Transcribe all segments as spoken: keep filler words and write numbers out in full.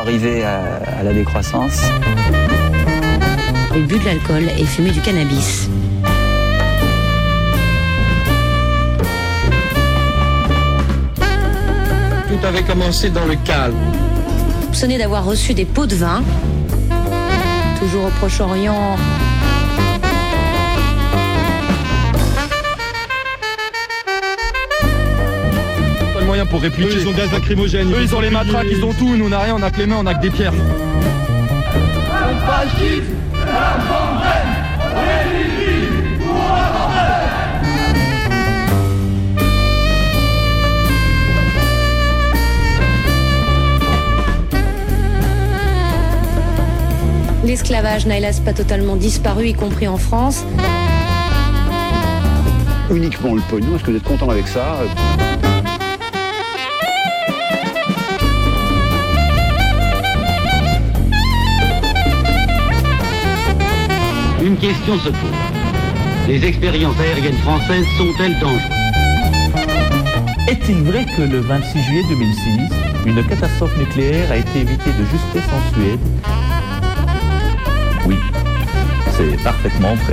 arriver à, à la décroissance. Il but de l'alcool et fumait du cannabis. Tout avait commencé dans le calme. Soupçonné d'avoir reçu des pots de vin. Toujours au Proche-Orient. Pas de moyens pour répliquer. Eux, ils ont gaz lacrymogène. Eux, ils ont les matraques, ils ont tout. Nous, on n'a rien, on a que les mains, on a que des pierres. L'esclavage n'a hélas pas totalement disparu, y compris en France. Uniquement le pognon, est-ce que vous êtes content avec ça ? Une question se pose. Les expériences aériennes françaises sont-elles dangereuses ? Est-il vrai que le vingt-six juillet deux mille six, une catastrophe nucléaire a été évitée de justesse en Suède ? Oui, c'est parfaitement vrai.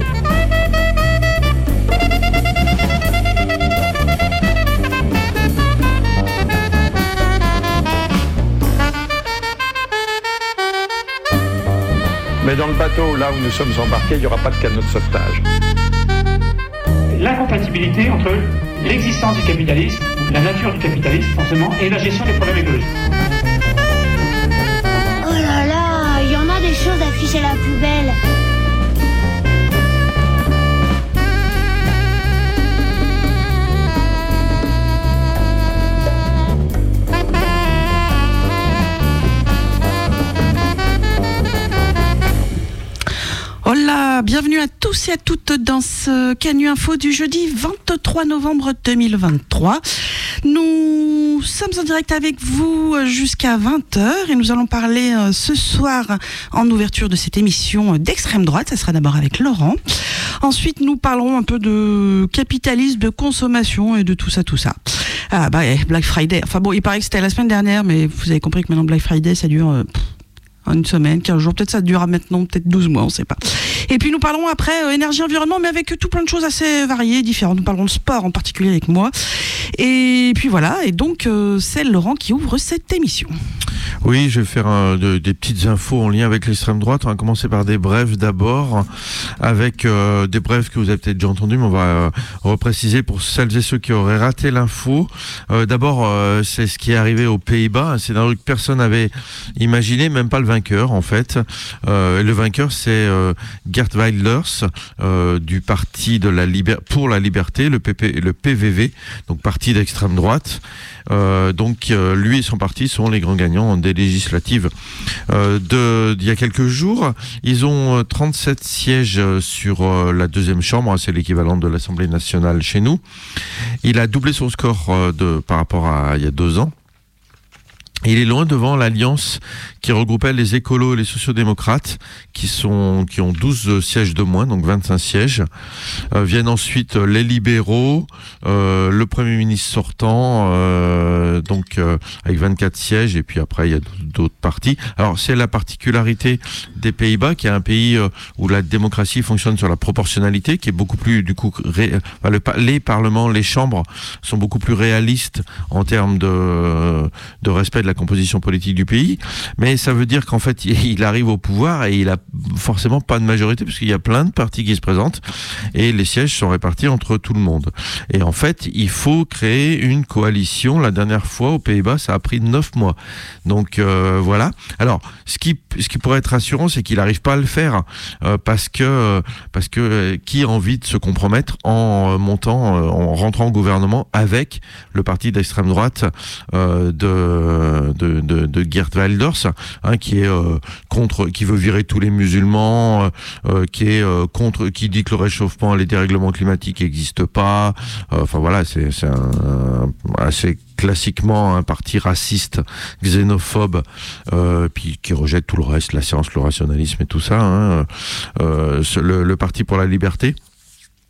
Mais dans le bateau, là où nous sommes embarqués, il n'y aura pas de canot de sauvetage. L'incompatibilité entre l'existence du capitalisme, la nature du capitalisme, forcément, et la gestion des problèmes écologiques. Oh là là, il y en a des choses affichées à la poubelle. Hola, bienvenue à tous et à toutes dans ce Canu Info du jeudi vingt-trois novembre deux mille vingt-trois. Nous sommes en direct avec vous jusqu'à vingt heures et nous allons parler ce soir en ouverture de cette émission d'extrême droite. Ça sera d'abord avec Laurent. Ensuite, nous parlerons un peu de capitalisme, de consommation et de tout ça, tout ça. Ah bah, Black Friday. Enfin bon, il paraît que c'était la semaine dernière, mais vous avez compris que maintenant Black Friday, ça dure... Euh, une semaine, quinze jours, peut-être ça durera maintenant, peut-être douze mois, on ne sait pas. Et puis nous parlerons après euh, énergie, environnement, mais avec tout plein de choses assez variées, différentes. Nous parlerons de sport en particulier avec moi. Et puis voilà, et donc euh, c'est Laurent qui ouvre cette émission. Oui, je vais faire un, de, des petites infos en lien avec l'extrême droite. On va commencer par des brèves d'abord, avec euh, des brèves que vous avez peut-être déjà entendues, mais on va euh, repréciser pour celles et ceux qui auraient raté l'info. Euh, d'abord, euh, c'est ce qui est arrivé aux Pays-Bas. C'est un truc que personne n'avait imaginé, même pas le vainqueur en fait. Euh, le vainqueur, c'est euh, Geert Wilders euh, du parti de la liber- pour la liberté, le, P P, le P V V, donc parti d'extrême droite. Euh, donc euh, lui et son parti sont les grands gagnants des législatives euh, de, d'il y a quelques jours. Ils ont trente-sept sièges sur euh, la deuxième chambre, hein, c'est l'équivalent de l'Assemblée nationale chez nous. Il a doublé son score euh, de, par rapport à il y a deux ans. Il est loin devant l'alliance qui regroupait les écolos et les sociodémocrates, qui sont qui ont douze sièges de moins, donc vingt-cinq sièges. Euh, viennent ensuite les libéraux, euh, le Premier ministre sortant, euh, donc euh, avec vingt-quatre sièges, et puis après il y a d'autres partis. Alors c'est la particularité des Pays-Bas, qui est un pays euh, où la démocratie fonctionne sur la proportionnalité, qui est beaucoup plus du coup ré, enfin, le, les parlements, les chambres sont beaucoup plus réalistes en termes de de respect de la composition politique du pays, mais ça veut dire qu'en fait il arrive au pouvoir et il a forcément pas de majorité parce qu'il y a plein de partis qui se présentent et les sièges sont répartis entre tout le monde. Et en fait il faut créer une coalition. La dernière fois aux Pays-Bas ça a pris neuf mois. Donc euh, voilà. Alors ce qui ce qui pourrait être rassurant, c'est qu'il n'arrive pas à le faire euh, parce que parce que euh, qui a envie de se compromettre en euh, montant euh, en rentrant au gouvernement avec le parti d'extrême droite euh, de De, de, de Geert Wilders, hein, qui est euh, contre, qui veut virer tous les musulmans, euh, qui est euh, contre, qui dit que le réchauffement et les dérèglements climatiques n'existent pas. Euh, enfin voilà, c'est, c'est un, assez classiquement un parti raciste, xénophobe, euh, puis qui rejette tout le reste, la science, le rationalisme et tout ça. Hein, euh, le, le parti pour la liberté.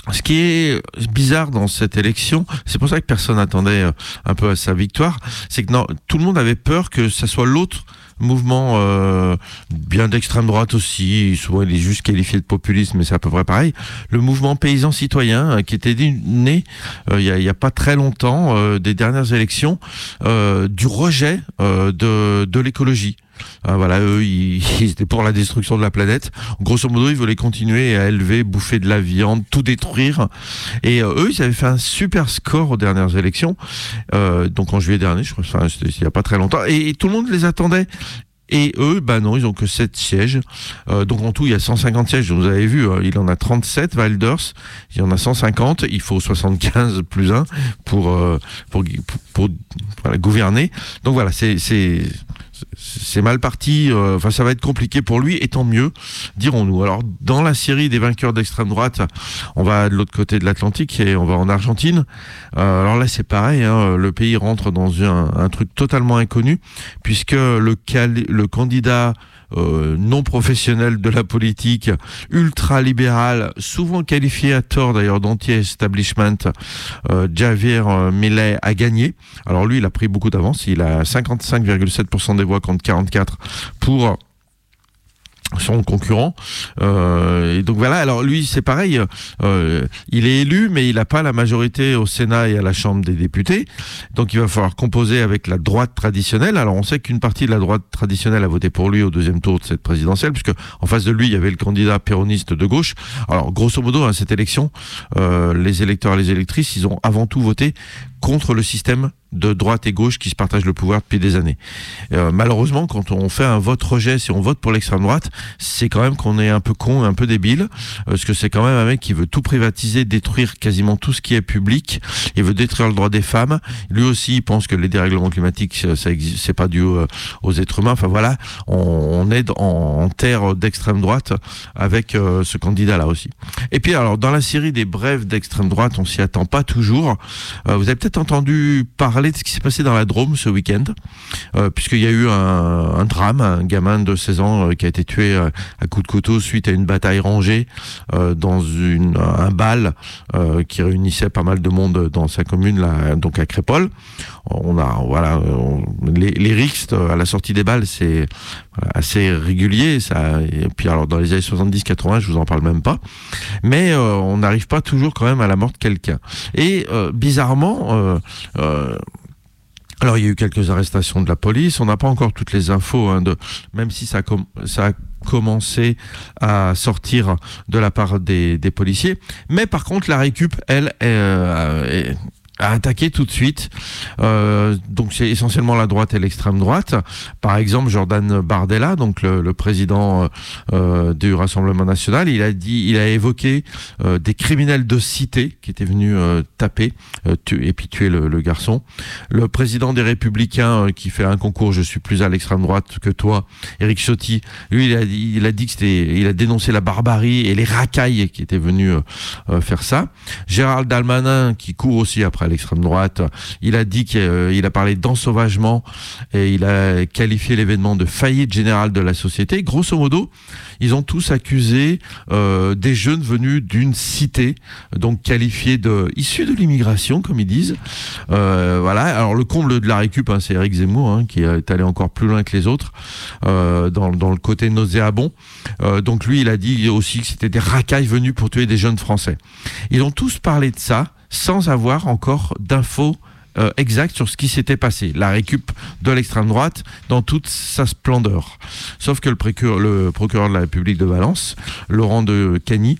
Ce qui est bizarre dans cette élection, c'est pour ça que personne n'attendait un peu à sa victoire, c'est que non, tout le monde avait peur que ça soit l'autre mouvement euh, bien d'extrême droite aussi, souvent il est juste qualifié de populisme, mais c'est à peu près pareil, le mouvement paysan citoyen euh, qui était né euh, il y, y a pas très longtemps euh, des dernières élections euh, du rejet euh, de, de l'écologie. Ah, voilà, eux, ils, ils étaient pour la destruction de la planète. Grosso modo, ils voulaient continuer à élever, bouffer de la viande, tout détruire. Et euh, eux, ils avaient fait un super score aux dernières élections, euh, donc en juillet dernier, je crois, enfin, c'était il y a pas très longtemps. Et, et tout le monde les attendait. Et eux, bah non, ils ont que sept sièges. Euh, donc en tout, il y a cent cinquante sièges. Vous avez vu, hein, il en a trente-sept, Wilders. Il y en a cent cinquante. Il faut soixante-quinze plus un pour euh, pour pour, pour voilà, gouverner. Donc voilà, c'est c'est c'est mal parti, euh, enfin ça va être compliqué pour lui, et tant mieux, dirons-nous. Alors dans la série des vainqueurs d'extrême droite, on va de l'autre côté de l'Atlantique et on va en Argentine. Euh, alors là c'est pareil, hein, le pays rentre dans un, un truc totalement inconnu, puisque le, cal- le candidat Euh, non professionnel de la politique, ultra-libéral, souvent qualifié à tort d'ailleurs d'anti-establishment, euh, Javier Milei a gagné. Alors lui, il a pris beaucoup d'avance, il a cinquante-cinq virgule sept pour cent des voix contre quarante-quatre pour son concurrent. Euh, et donc voilà, alors lui c'est pareil, euh, il est élu mais il n'a pas la majorité au Sénat et à la Chambre des députés, donc il va falloir composer avec la droite traditionnelle. Alors on sait qu'une partie de la droite traditionnelle a voté pour lui au deuxième tour de cette présidentielle, puisque en face de lui il y avait le candidat péroniste de gauche. Alors grosso modo, à cette élection, euh, les électeurs et les électrices, ils ont avant tout voté contre le système de droite et gauche qui se partagent le pouvoir depuis des années. Euh, malheureusement, quand on fait un vote rejet, si on vote pour l'extrême droite, c'est quand même qu'on est un peu con, un peu débile, parce que c'est quand même un mec qui veut tout privatiser, détruire quasiment tout ce qui est public. Il veut détruire le droit des femmes. Lui aussi, il pense que les dérèglements climatiques, ça existe, c'est pas dû aux êtres humains. Enfin voilà, on, on est en, en terre d'extrême droite avec euh, ce candidat-là aussi. Et puis alors, dans la série des brèves d'extrême droite, on s'y attend pas toujours. Euh, vous avez peut-être entendu parler de ce qui s'est passé dans la Drôme ce week-end, euh, puisqu'il y a eu un, un drame, un gamin de seize ans euh, qui a été tué euh, à coups de couteau suite à une bataille rangée euh, dans une, un bal euh, qui réunissait pas mal de monde dans sa commune, là, donc à Crépol. On a, voilà, on, les, les rixes à la sortie des balles, c'est assez régulier, ça. Et puis alors dans les années soixante-dix quatre-vingts, je vous en parle même pas. Mais euh, on n'arrive pas toujours quand même à la mort de quelqu'un. Et euh, bizarrement, euh, euh, alors il y a eu quelques arrestations de la police. On n'a pas encore toutes les infos, hein, de, même si ça, com- ça a commencé à sortir de la part des, des policiers. Mais par contre, la récup, elle, est, euh, est a attaqué tout de suite. Euh, donc c'est essentiellement la droite et l'extrême droite. Par exemple, Jordan Bardella, donc le, le président euh, du Rassemblement national, il a dit, il a évoqué euh, des criminels de cité qui étaient venus euh, taper euh, tu, et puis tuer le, le garçon. Le président des Républicains euh, qui fait un concours, je suis plus à l'extrême droite que toi, Éric Ciotti, lui il a dit, il a dit que c'était, il a dénoncé la barbarie et les racailles qui étaient venus euh, faire ça. Gérald Darmanin qui court aussi après à l'extrême droite, il a dit qu'il a parlé d'ensauvagement et il a qualifié l'événement de faillite générale de la société. Grosso modo, ils ont tous accusé euh, des jeunes venus d'une cité, donc qualifiés de issus de l'immigration, comme ils disent. Euh, voilà. Alors le comble de la récup, hein, c'est Éric Zemmour hein, qui est allé encore plus loin que les autres euh, dans, dans le côté nauséabond. Euh, donc lui, il a dit aussi que c'était des racailles venus pour tuer des jeunes Français. Ils ont tous parlé de ça, sans avoir encore d'infos euh, exactes sur ce qui s'était passé. La récup de l'extrême droite dans toute sa splendeur. Sauf que le, précure, le procureur de la République de Valence, Laurent de Cagny,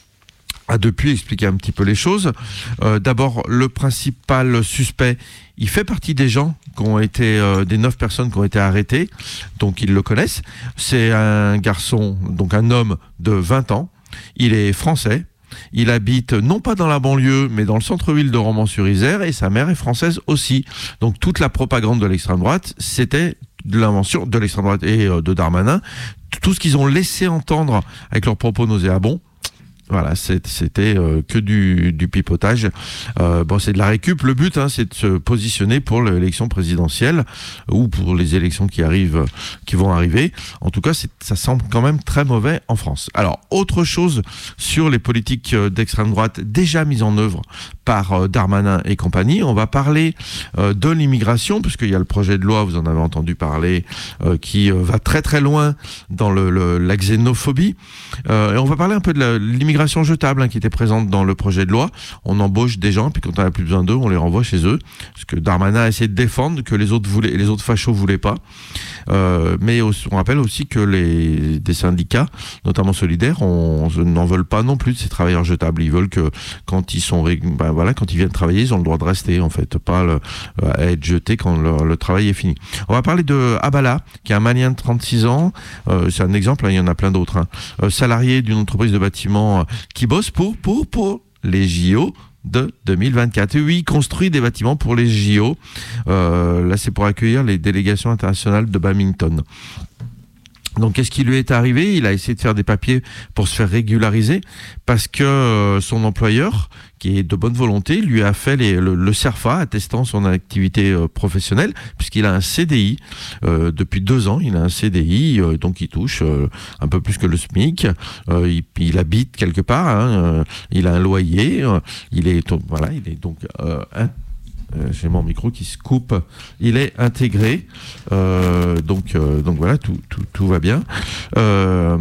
a depuis expliqué un petit peu les choses. Euh, d'abord, le principal suspect, il fait partie des gens qui ont été, euh, des neuf personnes qui ont été arrêtées, donc ils le connaissent. C'est un garçon, donc un homme de vingt ans. Il est français. Il habite non pas dans la banlieue, mais dans le centre-ville de Romans-sur-Isère, et sa mère est française aussi. Donc toute la propagande de l'extrême droite, c'était de l'invention de l'extrême droite et euh, de Darmanin. Tout ce qu'ils ont laissé entendre avec leurs propos nauséabonds, Voilà, c'est, c'était euh, que du, du pipotage. Euh, bon, c'est de la récup. Le but, hein, c'est de se positionner pour l'élection présidentielle ou pour les élections qui arrivent, qui vont arriver. En tout cas, c'est, ça semble quand même très mauvais en France. Alors, autre chose sur les politiques d'extrême droite déjà mises en œuvre par euh, Darmanin et compagnie. On va parler euh, de l'immigration, puisqu'il y a le projet de loi, vous en avez entendu parler, euh, qui euh, va très très loin dans le, le, la xénophobie. Euh, et on va parler un peu de la, l'immigration jetable, hein, qui était présente dans le projet de loi. On embauche des gens, puis quand on n'a plus besoin d'eux, on les renvoie chez eux. Ce que Darmanin a essayé de défendre, que les autres voulaient, les autres fachos voulaient pas. Euh, mais aussi, on rappelle aussi que les des syndicats, notamment solidaires, on, on n'en veulent pas non plus de ces travailleurs jetables. Ils veulent que quand ils sont, ben voilà, quand ils viennent travailler, ils ont le droit de rester, en fait, pas le, à être jetés quand le, le travail est fini. On va parler de Abala, qui est un Malien de trente-six ans. Euh, c'est un exemple, hein, il y en a plein d'autres. Hein. Euh, salarié d'une entreprise de bâtiment euh, qui bosse pour pour pour les J O de deux mille vingt-quatre. Et oui, il construit des bâtiments pour les J O. Euh, là, c'est pour accueillir les délégations internationales de badminton. Donc, qu'est-ce qui lui est arrivé ? Il a essayé de faire des papiers pour se faire régulariser parce que euh, son employeur, qui est de bonne volonté, lui a fait les, le, le CERFA attestant son activité euh, professionnelle, puisqu'il a un C D I. Euh, depuis deux ans, il a un C D I, euh, donc il touche euh, un peu plus que le SMIC. Euh, il, il habite quelque part, hein, euh, il a un loyer. Euh, il est voilà, il est donc euh, un, Euh, j'ai mon micro qui se coupe. Il est intégré, euh, donc euh, donc voilà, tout tout tout va bien. Euh,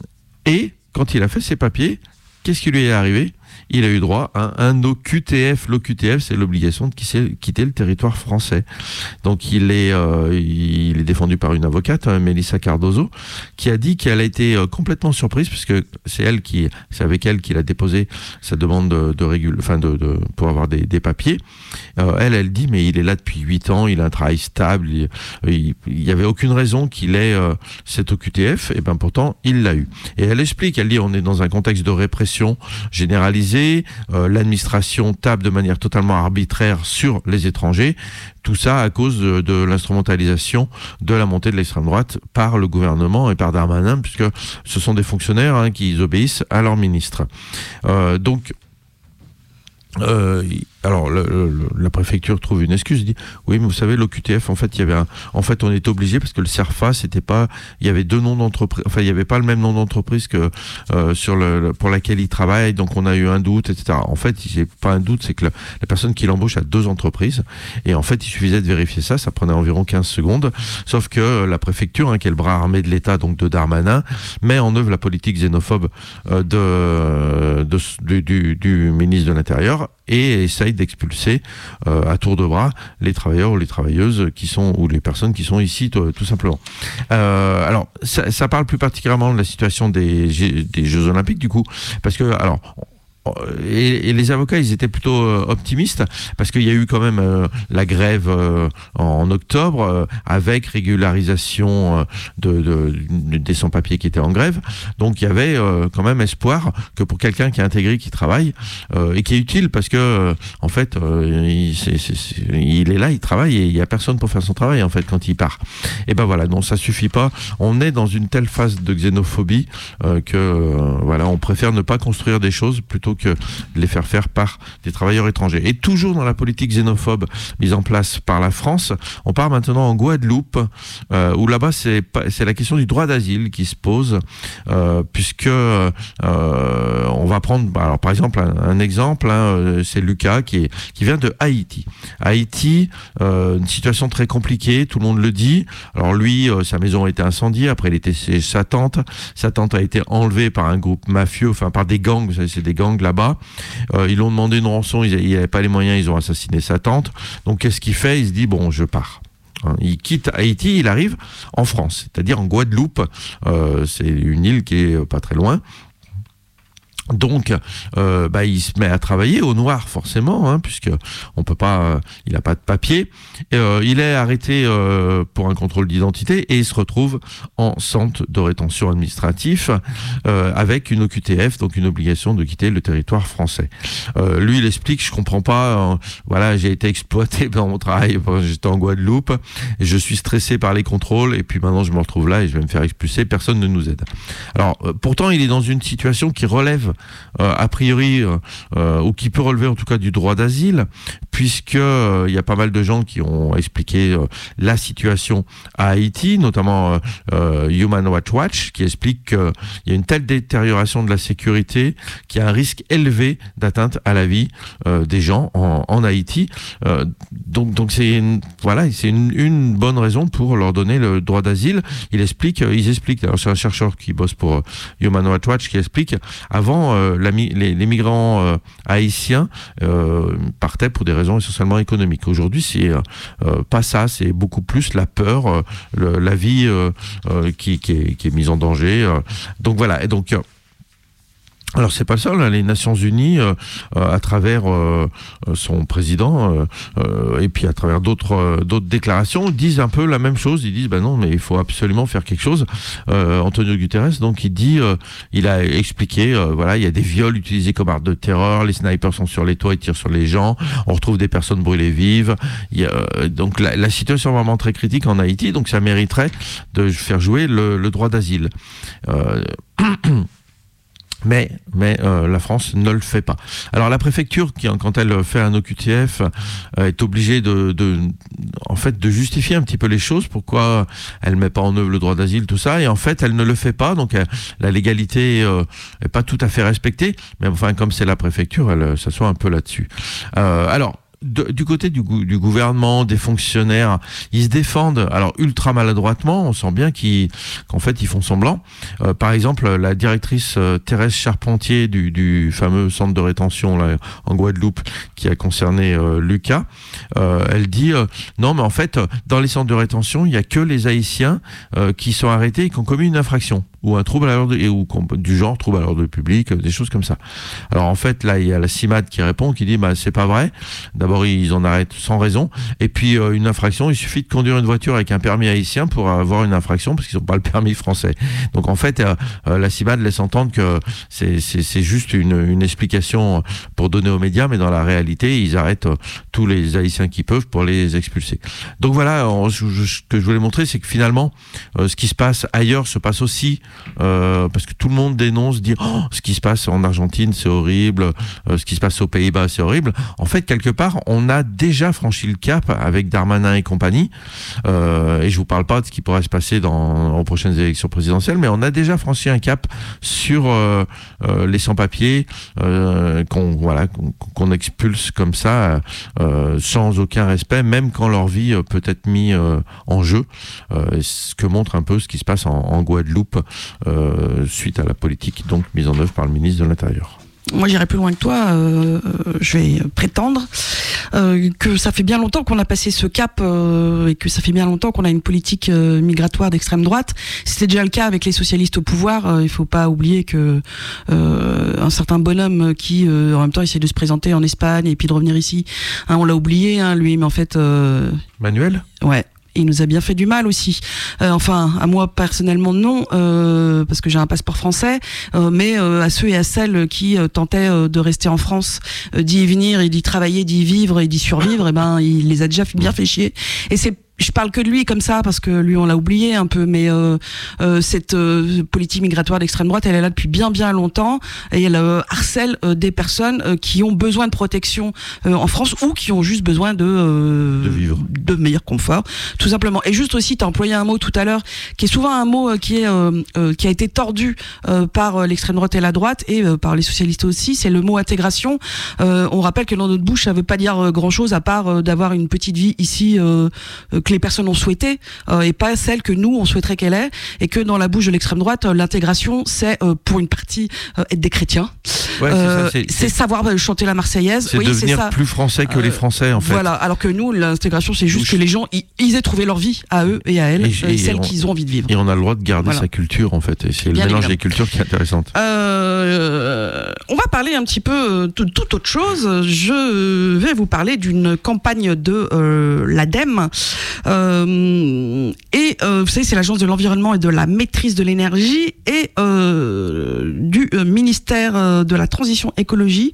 et quand il a fait ses papiers, qu'est-ce qui lui est arrivé ? Il a eu droit à un O Q T F. L'O Q T F, c'est l'obligation de quitter le territoire français. Donc il est, euh, il est défendu par une avocate, hein, Mélissa Cardozo, qui a dit qu'elle a été euh, complètement surprise, puisque c'est elle qui, c'est avec elle qu'il a déposé sa demande de, de régule, enfin de, de pour avoir des, des papiers. Euh, elle, elle dit, mais il est là depuis huit ans, il a un travail stable, il, il, il y avait aucune raison qu'il ait euh, cet O Q T F, et ben pourtant il l'a eu. Et elle explique, elle dit, on est dans un contexte de répression généralisée. Euh, l'administration tape de manière totalement arbitraire sur les étrangers, tout ça à cause de, de l'instrumentalisation de la montée de l'extrême droite par le gouvernement et par Darmanin, puisque ce sont des fonctionnaires, hein, qui obéissent à leur ministre. Euh, donc Euh, alors le, le, la préfecture trouve une excuse, dit oui mais vous savez l'O Q T F en fait il y avait un, en fait on est obligé parce que le CERFA c'était pas, il y avait deux noms d'entreprise, enfin il y avait pas le même nom d'entreprise que euh, sur le, le pour laquelle il travaille, donc on a eu un doute, et cetera. En fait c'est pas un doute, c'est que le, la personne qui l'embauche a deux entreprises et en fait il suffisait de vérifier ça, ça prenait environ quinze secondes, sauf que la préfecture, hein, qui est le bras armé de l'État, donc de Darmanin, met en œuvre la politique xénophobe euh, de, de, de du, du ministre de l'Intérieur et essaye d'expulser euh, à tour de bras les travailleurs ou les travailleuses qui sont, ou les personnes qui sont ici tout, tout simplement. Euh, alors ça, ça parle plus particulièrement de la situation des, des Jeux Olympiques du coup, parce que alors Et, et les avocats, ils étaient plutôt euh, optimistes parce qu'il y a eu quand même euh, la grève euh, en, en octobre euh, avec régularisation euh, de, de, de, des sans-papiers qui étaient en grève. Donc il y avait euh, quand même espoir que pour quelqu'un qui est intégré, qui travaille euh, et qui est utile parce que euh, en fait euh, il, c'est, c'est, c'est, il est là, il travaille et il y a personne pour faire son travail en fait quand il part. Et ben voilà, donc ça suffit pas. On est dans une telle phase de xénophobie euh, que euh, voilà, on préfère ne pas construire des choses plutôt que de les faire faire par des travailleurs étrangers. Et toujours dans la politique xénophobe mise en place par la France, on part maintenant en Guadeloupe, euh, où là-bas c'est, c'est la question du droit d'asile qui se pose, euh, puisque euh, on va prendre, alors par exemple un, un exemple, hein, c'est Lucas qui, est, qui vient de Haïti. Haïti, euh, une situation très compliquée, tout le monde le dit. Alors lui, euh, sa maison a été incendiée, après il était chez sa tante, sa tante a été enlevée par un groupe mafieux, enfin par des gangs, vous savez, c'est des gangs là-bas. Euh, ils lui ont demandé une rançon, ils n'avaient pas les moyens, ils ont assassiné sa tante. Donc qu'est-ce qu'il fait ? Il se dit, bon, je pars. Hein, il quitte Haïti, il arrive en France, c'est-à-dire en Guadeloupe. Euh, c'est une île qui est pas très loin. Donc, euh, bah, il se met à travailler au noir forcément, hein, puisque on peut pas, euh, il a pas de papier. Et, euh, il est arrêté euh, pour un contrôle d'identité et il se retrouve en centre de rétention administratif euh, avec une O Q T F, donc une obligation de quitter le territoire français. Euh, lui, il explique, je comprends pas. Euh, voilà, j'ai été exploité dans mon travail. J'étais en Guadeloupe et je suis stressé par les contrôles et puis maintenant je me retrouve là et je vais me faire expulser. Personne ne nous aide. Alors, euh, pourtant, il est dans une situation qui relève euh, a priori, euh, ou qui peut relever en tout cas du droit d'asile, puisque euh, il y a pas mal de gens qui ont expliqué euh, la situation à Haïti, notamment euh, Human Rights Watch, qui explique qu'il y a une telle détérioration de la sécurité qu'il y a un risque élevé d'atteinte à la vie euh, des gens en, en Haïti. Euh, donc, donc c'est une, voilà, c'est une, une bonne raison pour leur donner le droit d'asile. Il explique, ils expliquent. Alors c'est un chercheur qui bosse pour Human Rights Watch qui explique. Avant, euh, la, les, les migrants euh, haïtiens euh, partaient pour des raisons essentiellement économiques. Aujourd'hui, c'est euh, pas ça. C'est beaucoup plus la peur, euh, le, la vie euh, euh, qui, qui, est, qui est mise en danger. Euh. Donc voilà. Et donc. Euh, Alors c'est pas le seul, hein, les Nations Unies, euh, euh, à travers euh, son président euh, euh, et puis à travers d'autres euh, d'autres déclarations, disent un peu la même chose. Ils disent, ben non, mais il faut absolument faire quelque chose. Euh, Antonio Guterres, donc il dit, euh, il a expliqué, euh, voilà, il y a des viols utilisés comme arme de terreur, les snipers sont sur les toits, ils tirent sur les gens, on retrouve des personnes brûlées vives. Il y a, euh, donc la, la situation est vraiment très critique en Haïti, donc ça mériterait de faire jouer le, le droit d'asile. Euh, Mais, mais euh, la France ne le fait pas. Alors la préfecture, qui quand elle fait un O Q T F, euh, est obligée de, de, en fait, de justifier un petit peu les choses. Pourquoi elle met pas en œuvre le droit d'asile, tout ça. Et en fait, elle ne le fait pas. Donc elle, la légalité euh, est pas tout à fait respectée. Mais enfin, comme c'est la préfecture, elle s'assoit un peu là-dessus. Euh, alors. De, du côté du, du gouvernement, des fonctionnaires, ils se défendent, alors ultra maladroitement, on sent bien qu'ils, qu'en fait ils font semblant. Euh, par exemple, la directrice euh, Thérèse Charpentier du, du fameux centre de rétention là, en Guadeloupe, qui a concerné euh, Lucas, euh, elle dit euh, non mais en fait, dans les centres de rétention, il n'y a que les Haïtiens euh, qui sont arrêtés et qui ont commis une infraction ou un trouble à l'ordre et ou du genre trouble à l'ordre public, des choses comme ça. Alors en fait là il y a la CIMAD qui répond, qui dit bah c'est pas vrai. D'abord ils en arrêtent sans raison et puis euh, une infraction, il suffit de conduire une voiture avec un permis haïtien pour avoir une infraction parce qu'ils n'ont pas le permis français. Donc en fait euh, euh, la CIMAD laisse entendre que c'est c'est c'est juste une une explication pour donner aux médias, mais dans la réalité ils arrêtent euh, tous les Haïtiens qui peuvent pour les expulser. Donc voilà, on, je, je, ce que je voulais montrer, c'est que finalement euh, ce qui se passe ailleurs se passe aussi. Euh, parce que tout le monde dénonce, dit oh, ce qui se passe en Argentine c'est horrible, euh, ce qui se passe aux Pays-Bas c'est horrible. En fait, quelque part, on a déjà franchi le cap avec Darmanin et compagnie. Euh, et je vous parle pas de ce qui pourrait se passer dans aux prochaines élections présidentielles, mais on a déjà franchi un cap sur euh, euh, les sans-papiers euh, qu'on voilà qu'on, qu'on expulse comme ça euh, sans aucun respect, même quand leur vie euh, peut être mise euh, en jeu. Euh, ce que montre un peu ce qui se passe en, en Guadeloupe. Euh, suite à la politique donc mise en œuvre par le ministre de l'Intérieur. Moi j'irai plus loin que toi, euh, je vais prétendre euh, que ça fait bien longtemps qu'on a passé ce cap euh, et que ça fait bien longtemps qu'on a une politique euh, migratoire d'extrême droite. C'était déjà le cas avec les socialistes au pouvoir, euh, il faut pas oublier que euh, un certain bonhomme qui euh, en même temps essaie de se présenter en Espagne et puis de revenir ici, hein, on l'a oublié hein, lui, mais en fait... Euh, Manuel ? Ouais. Il nous a bien fait du mal aussi. Euh, enfin, à moi personnellement non, euh, parce que j'ai un passeport français, euh, mais euh, à ceux et à celles qui euh, tentaient euh, de rester en France, euh, d'y venir et d'y travailler, d'y vivre et d'y survivre, et ben il les a déjà bien fait chier. Et c'est je parle que de lui comme ça parce que lui on l'a oublié un peu, mais euh, euh, cette euh, politique migratoire d'extrême droite elle est là depuis bien bien longtemps et elle euh, harcèle euh, des personnes euh, qui ont besoin de protection euh, en France ou qui ont juste besoin de euh, de vivre, de meilleur confort tout simplement. Et juste aussi, tu as employé un mot tout à l'heure qui est souvent un mot euh, qui est euh, euh, qui a été tordu euh, par euh, l'extrême droite et la droite et euh, par les socialistes aussi, c'est le mot intégration. Euh, on rappelle que dans notre bouche ça veut pas dire euh, grand chose à part euh, d'avoir une petite vie ici euh, euh, que les personnes ont souhaité euh, et pas celle que nous on souhaiterait qu'elle ait, et que dans la bouche de l'extrême droite euh, l'intégration c'est euh, pour une partie euh, être des chrétiens, ouais, euh, c'est, ça, c'est, c'est, c'est savoir euh, chanter la Marseillaise, c'est oui, devenir c'est ça. Plus français que euh, les Français en fait. Voilà, alors que nous l'intégration c'est juste Touche. que les gens y, ils aient trouvé leur vie à eux et à elles, et, et celle on, qu'ils ont envie de vivre. Et on a le droit de garder voilà. sa culture en fait, et c'est Bien le mélange évidemment. des cultures qui est intéressante. Euh, on va parler un petit peu de toute autre chose. Je vais vous parler d'une campagne de euh, l'A D E M Euh, et euh, vous savez, c'est l'Agence de l'environnement et de la maîtrise de l'énergie et euh, du euh, ministère euh, de la transition écologie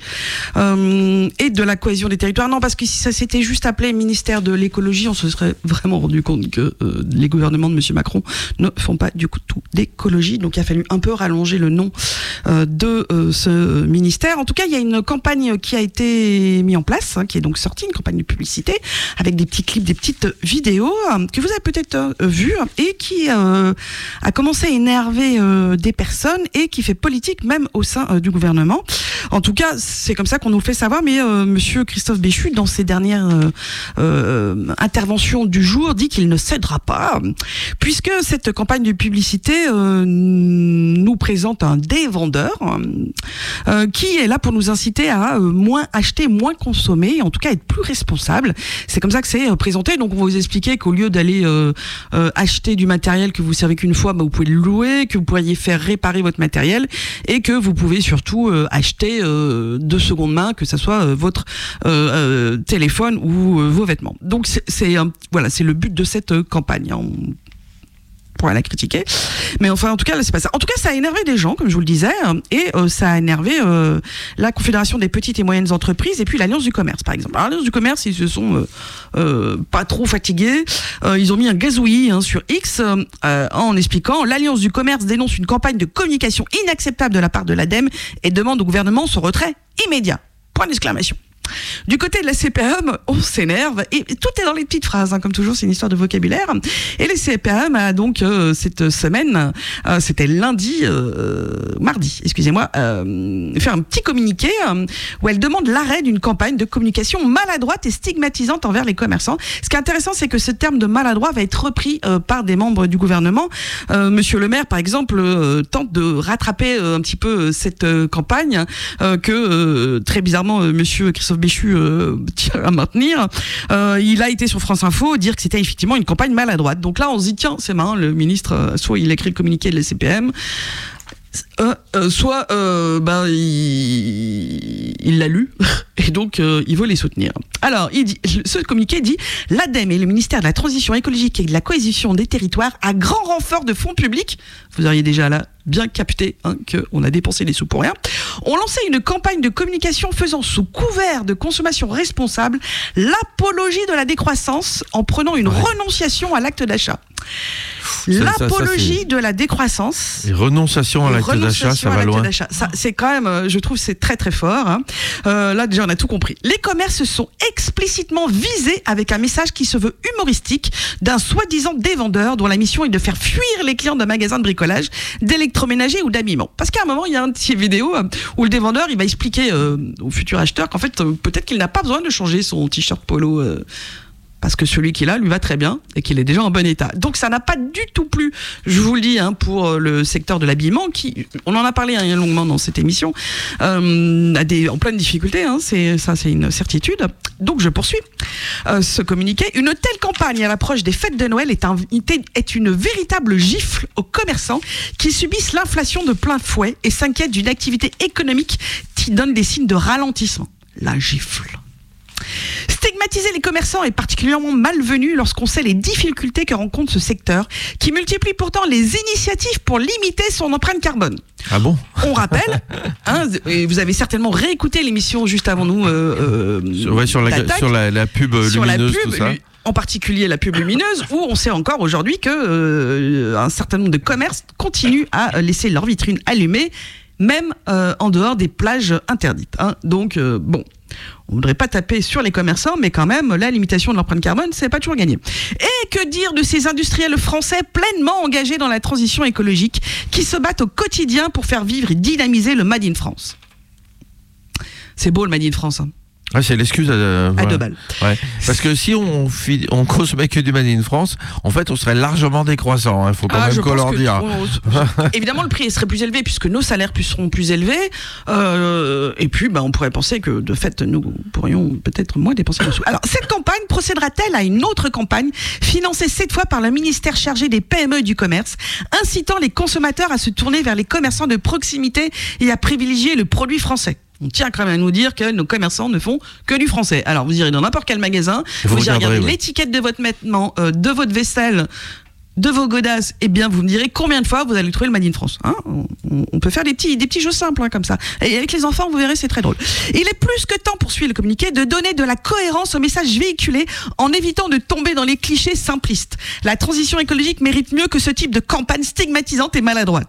euh, et de la cohésion des territoires. Non, parce que si ça s'était juste appelé ministère de l'écologie, on se serait vraiment rendu compte que euh, les gouvernements de Monsieur Macron ne font pas du coup tout d'écologie. Donc il a fallu un peu rallonger le nom euh, de euh, ce ministère. En tout cas, il y a une campagne qui a été mise en place, hein, qui est donc sortie, une campagne de publicité avec des petits clips, des petites vidéos euh, que vous avez peut-être euh, vues et qui euh, a commencé à énerver euh, des personnes et qui fait politique même au sein euh, du gouvernement. En tout cas, c'est comme ça qu'on nous le fait savoir, mais euh, Monsieur Christophe Béchu, dans ses dernières euh, euh, interventions du jour, dit qu'il ne cédera pas, puisque cette campagne de publicité euh, nous présente un dévendeur euh, qui est là pour nous inciter à euh, moins acheter, moins consommer, en tout cas être plus responsable. C'est comme ça que c'est euh, présenté. Donc on va vous expliquer qu'au lieu d'aller euh, euh, acheter du matériel que vous servez qu'une fois, bah, vous pouvez le louer, que vous pourriez faire réparer votre matériel et que vous pouvez surtout euh, acheter euh, de seconde main, que ça soit euh, votre euh, euh, téléphone ou euh, vos vêtements. Donc c'est, c'est euh, voilà, c'est le but de cette euh, campagne. On pourrait la critiquer, mais enfin en tout cas là c'est pas ça. En tout cas ça a énervé des gens, comme je vous le disais, et euh, ça a énervé euh, la Confédération des petites et moyennes entreprises et puis l'Alliance du commerce par exemple. Alors l'Alliance du commerce, ils se sont euh, euh, pas trop fatigués, euh, ils ont mis un gazouillis hein, sur X euh, en expliquant: l'Alliance du commerce dénonce une campagne de communication inacceptable de la part de l'ADEME et demande au gouvernement son retrait immédiat. Point d'exclamation. Du côté de la C P M, on s'énerve et tout est dans les petites phrases, hein, comme toujours, c'est une histoire de vocabulaire. Et la C P M a donc euh, cette semaine, euh, c'était lundi, euh, mardi, excusez-moi, euh, fait un petit communiqué euh, où elle demande l'arrêt d'une campagne de communication maladroite et stigmatisante envers les commerçants. Ce qui est intéressant, c'est que ce terme de maladroit va être repris euh, par des membres du gouvernement. Euh, Monsieur le maire, par exemple, euh, tente de rattraper euh, un petit peu euh, cette euh, campagne euh, que euh, très bizarrement euh, Monsieur Christophe Béchu euh, tient à maintenir. Euh, il a été sur France Info dire que c'était effectivement une campagne maladroite. Donc là, on se dit tiens, c'est marrant, le ministre, euh, soit il écrit le communiqué de la C P M, euh, euh, soit euh, ben il, il l'a lu et donc euh, il veut les soutenir. Alors, il dit, ce communiqué dit: l'ADEME et le ministère de la Transition écologique et de la cohésion des territoires, à grand renfort de fonds publics, vous auriez déjà là bien capté hein, qu'on a dépensé des sous pour rien, ont lancé une campagne de communication faisant sous couvert de consommation responsable l'apologie de la décroissance en prenant une ouais. renonciation à l'acte d'achat. L'apologie ça, ça, de la décroissance. Et renonciation à l'acte d'achat, ça va loin. D'achat. Ça, c'est quand même, je trouve, c'est très très fort. Hein. Euh, là, déjà, on a tout compris. Les commerces sont explicitement visés avec un message qui se veut humoristique d'un soi-disant dévendeur dont la mission est de faire fuir les clients d'un magasin de bricolage, d'électroménager ou d'habillement. Parce qu'à un moment, il y a un petit vidéo où le dévendeur, il va expliquer euh, au futur acheteur qu'en fait, euh, peut-être qu'il n'a pas besoin de changer son t-shirt polo. Euh, parce que celui qu'il a lui va très bien et qu'il est déjà en bon état. Donc ça n'a pas du tout plu, je vous le dis, hein, pour le secteur de l'habillement, qui, on en a parlé hein, longuement dans cette émission, euh, a des, en pleine difficulté, hein, c'est, ça c'est une certitude. Donc je poursuis euh, ce communiqué. Une telle campagne à l'approche des fêtes de Noël est, un, est une véritable gifle aux commerçants qui subissent l'inflation de plein fouet et s'inquiètent d'une activité économique qui donne des signes de ralentissement. La gifle. Stigmatiser les commerçants est particulièrement malvenu lorsqu'on sait les difficultés que rencontre ce secteur, qui multiplie pourtant les initiatives pour limiter son empreinte carbone. Ah bon ? On rappelle, hein, et vous avez certainement réécouté l'émission juste avant nous. Euh, euh, ouais, sur la, sur la, la pub sur lumineuse, la pub, tout ça. En particulier la pub lumineuse, où on sait encore aujourd'hui que euh, un certain nombre de commerces continuent à laisser leurs vitrines allumées, même euh, en dehors des plages interdites. Hein. Donc, euh, bon, on ne voudrait pas taper sur les commerçants, mais quand même, la limitation de l'empreinte carbone, c'est pas toujours gagné. Et que dire de ces industriels français pleinement engagés dans la transition écologique, qui se battent au quotidien pour faire vivre et dynamiser le Made in France. C'est beau le Made in France, hein. Ouais, c'est l'excuse à, euh, à voilà. deux balles. Ouais. Parce que si on, on consommait que du Made in France, en fait, on serait largement décroissant. Il hein, faut quand ah, même qu'on leur dise. Évidemment, le prix serait plus élevé puisque nos salaires seront plus élevés. Euh, et puis, bah, on pourrait penser que, de fait, nous pourrions peut-être moins dépenser nos sous. Alors, cette campagne procédera-t-elle à une autre campagne financée cette fois par le ministère chargé des P M E et du commerce, incitant les consommateurs à se tourner vers les commerçants de proximité et à privilégier le produit français ? On tient quand même à nous dire que nos commerçants ne font que du français. Alors, vous irez dans n'importe quel magasin, vous, vous irez regarder oui. l'étiquette de votre vêtement, euh, de votre vaisselle, de vos godasses, et eh bien vous me direz combien de fois vous allez trouver le Made in France. Hein, on, on peut faire des petits, des petits jeux simples hein, comme ça. Et avec les enfants, vous verrez, c'est très drôle. Il est plus que temps, poursuit le communiqué, de donner de la cohérence au message véhiculé en évitant de tomber dans les clichés simplistes. La transition écologique mérite mieux que ce type de campagne stigmatisante et maladroite.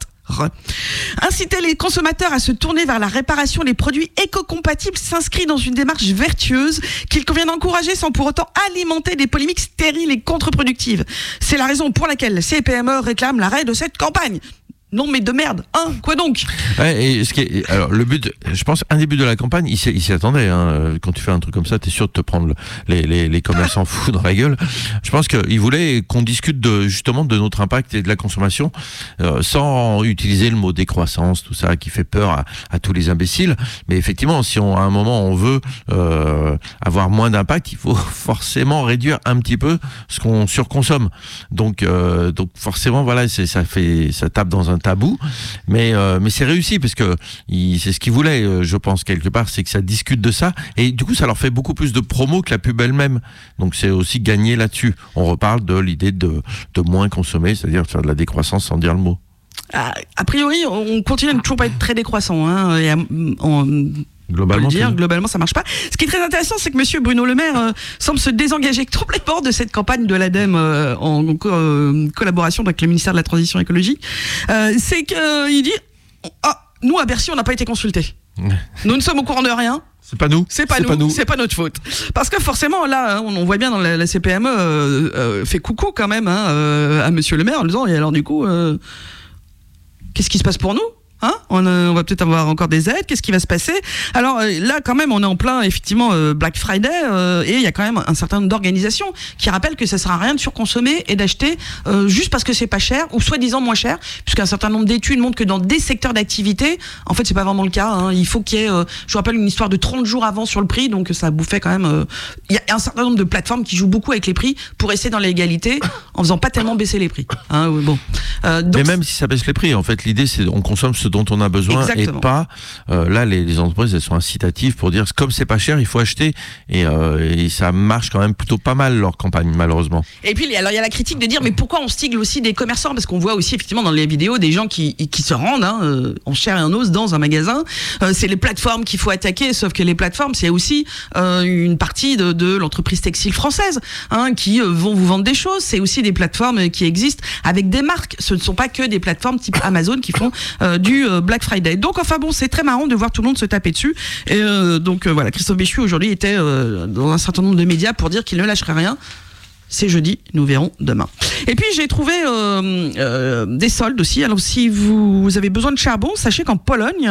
Inciter les consommateurs à se tourner vers la réparation des produits éco-compatibles s'inscrit dans une démarche vertueuse qu'il convient d'encourager sans pour autant alimenter des polémiques stériles et contre-productives. C'est la raison pour laquelle la C P M E réclame l'arrêt de cette campagne. Non mais de merde, hein, quoi donc? Ouais, et ce qui est, alors le but, je pense, un des buts de la campagne, il s'y, il s'y attendait. Hein. Quand tu fais un truc comme ça, t'es sûr de te prendre le, les, les, les commerçants fous dans la gueule. Je pense qu'il voulait qu'on discute de, justement de notre impact et de la consommation, euh, sans utiliser le mot décroissance, tout ça, qui fait peur à, à tous les imbéciles. Mais effectivement, si on, à un moment on veut euh, avoir moins d'impact, il faut forcément réduire un petit peu ce qu'on surconsomme. Donc, euh, donc forcément, voilà, c'est, ça fait, ça tape dans un tabou, mais euh, mais c'est réussi parce que il, c'est ce qu'ils voulaient, euh, je pense quelque part, c'est que ça discute de ça et du coup ça leur fait beaucoup plus de promo que la pub elle-même. Donc c'est aussi gagné là-dessus. On reparle de l'idée de de moins consommer, c'est-à-dire de faire de la décroissance sans dire le mot. A, a priori, on continue à ne toujours pas être très décroissant. Hein, et à, on, Globalement, dire, globalement, ça marche pas. Ce qui est très intéressant, c'est que Monsieur Bruno Le Maire euh, semble se désengager complètement de cette campagne de l'ADEME euh, en euh, collaboration avec le ministère de la Transition écologique. Euh, c'est qu'il euh, dit ah, nous à Bercy, on n'a pas été consultés. Nous ne sommes au courant de rien. C'est pas nous. C'est pas, c'est nous. pas nous. C'est pas notre faute. Parce que forcément, là, on, on voit bien dans la, la C P M E euh, euh, fait coucou quand même hein, euh, à Monsieur Le Maire en disant et alors du coup, euh, qu'est-ce qui se passe pour nous? Hein on, euh, on va peut-être avoir encore des aides. Qu'est-ce qui va se passer? Alors euh, là, quand même, on est en plein effectivement euh, Black Friday euh, et il y a quand même un certain nombre d'organisations qui rappellent que ça sert à rien de surconsommer et d'acheter euh, juste parce que c'est pas cher ou soi-disant moins cher, puisqu'un certain nombre d'études montrent que dans des secteurs d'activité, en fait, c'est pas vraiment le cas. Hein. Il faut qu'il y ait, euh, je vous rappelle, une histoire de trente jours avant sur le prix, donc ça bouffait quand même. Il euh, y a un certain nombre de plateformes qui jouent beaucoup avec les prix pour essayer dans l'égalité en faisant pas tellement baisser les prix. Hein, bon. Euh, donc, mais même si ça baisse les prix, en fait, l'idée c'est on consomme ce dont on a besoin. Exactement. Et pas euh, là les, les entreprises elles sont incitatives pour dire comme c'est pas cher il faut acheter et, euh, et ça marche quand même plutôt pas mal leur campagne malheureusement. Et puis alors il y a la critique de dire mais pourquoi on stigle aussi des commerçants parce qu'on voit aussi effectivement dans les vidéos des gens qui, qui se rendent hein, euh, en chair et en os dans un magasin. Euh, c'est les plateformes qu'il faut attaquer sauf que les plateformes c'est aussi euh, une partie de, de l'entreprise textile française hein, qui euh, vont vous vendre des choses. C'est aussi des plateformes qui existent avec des marques. Ce ne sont pas que des plateformes type Amazon qui font euh, du euh, Black Friday. Donc enfin bon, c'est très marrant de voir tout le monde se taper dessus. Et euh, donc euh, voilà, Christophe Béchu aujourd'hui était euh, dans un certain nombre de médias pour dire qu'il ne lâcherait rien. C'est jeudi, nous verrons demain. Et puis j'ai trouvé euh, euh, des soldes aussi. Alors si vous avez besoin de charbon, sachez qu'en Pologne,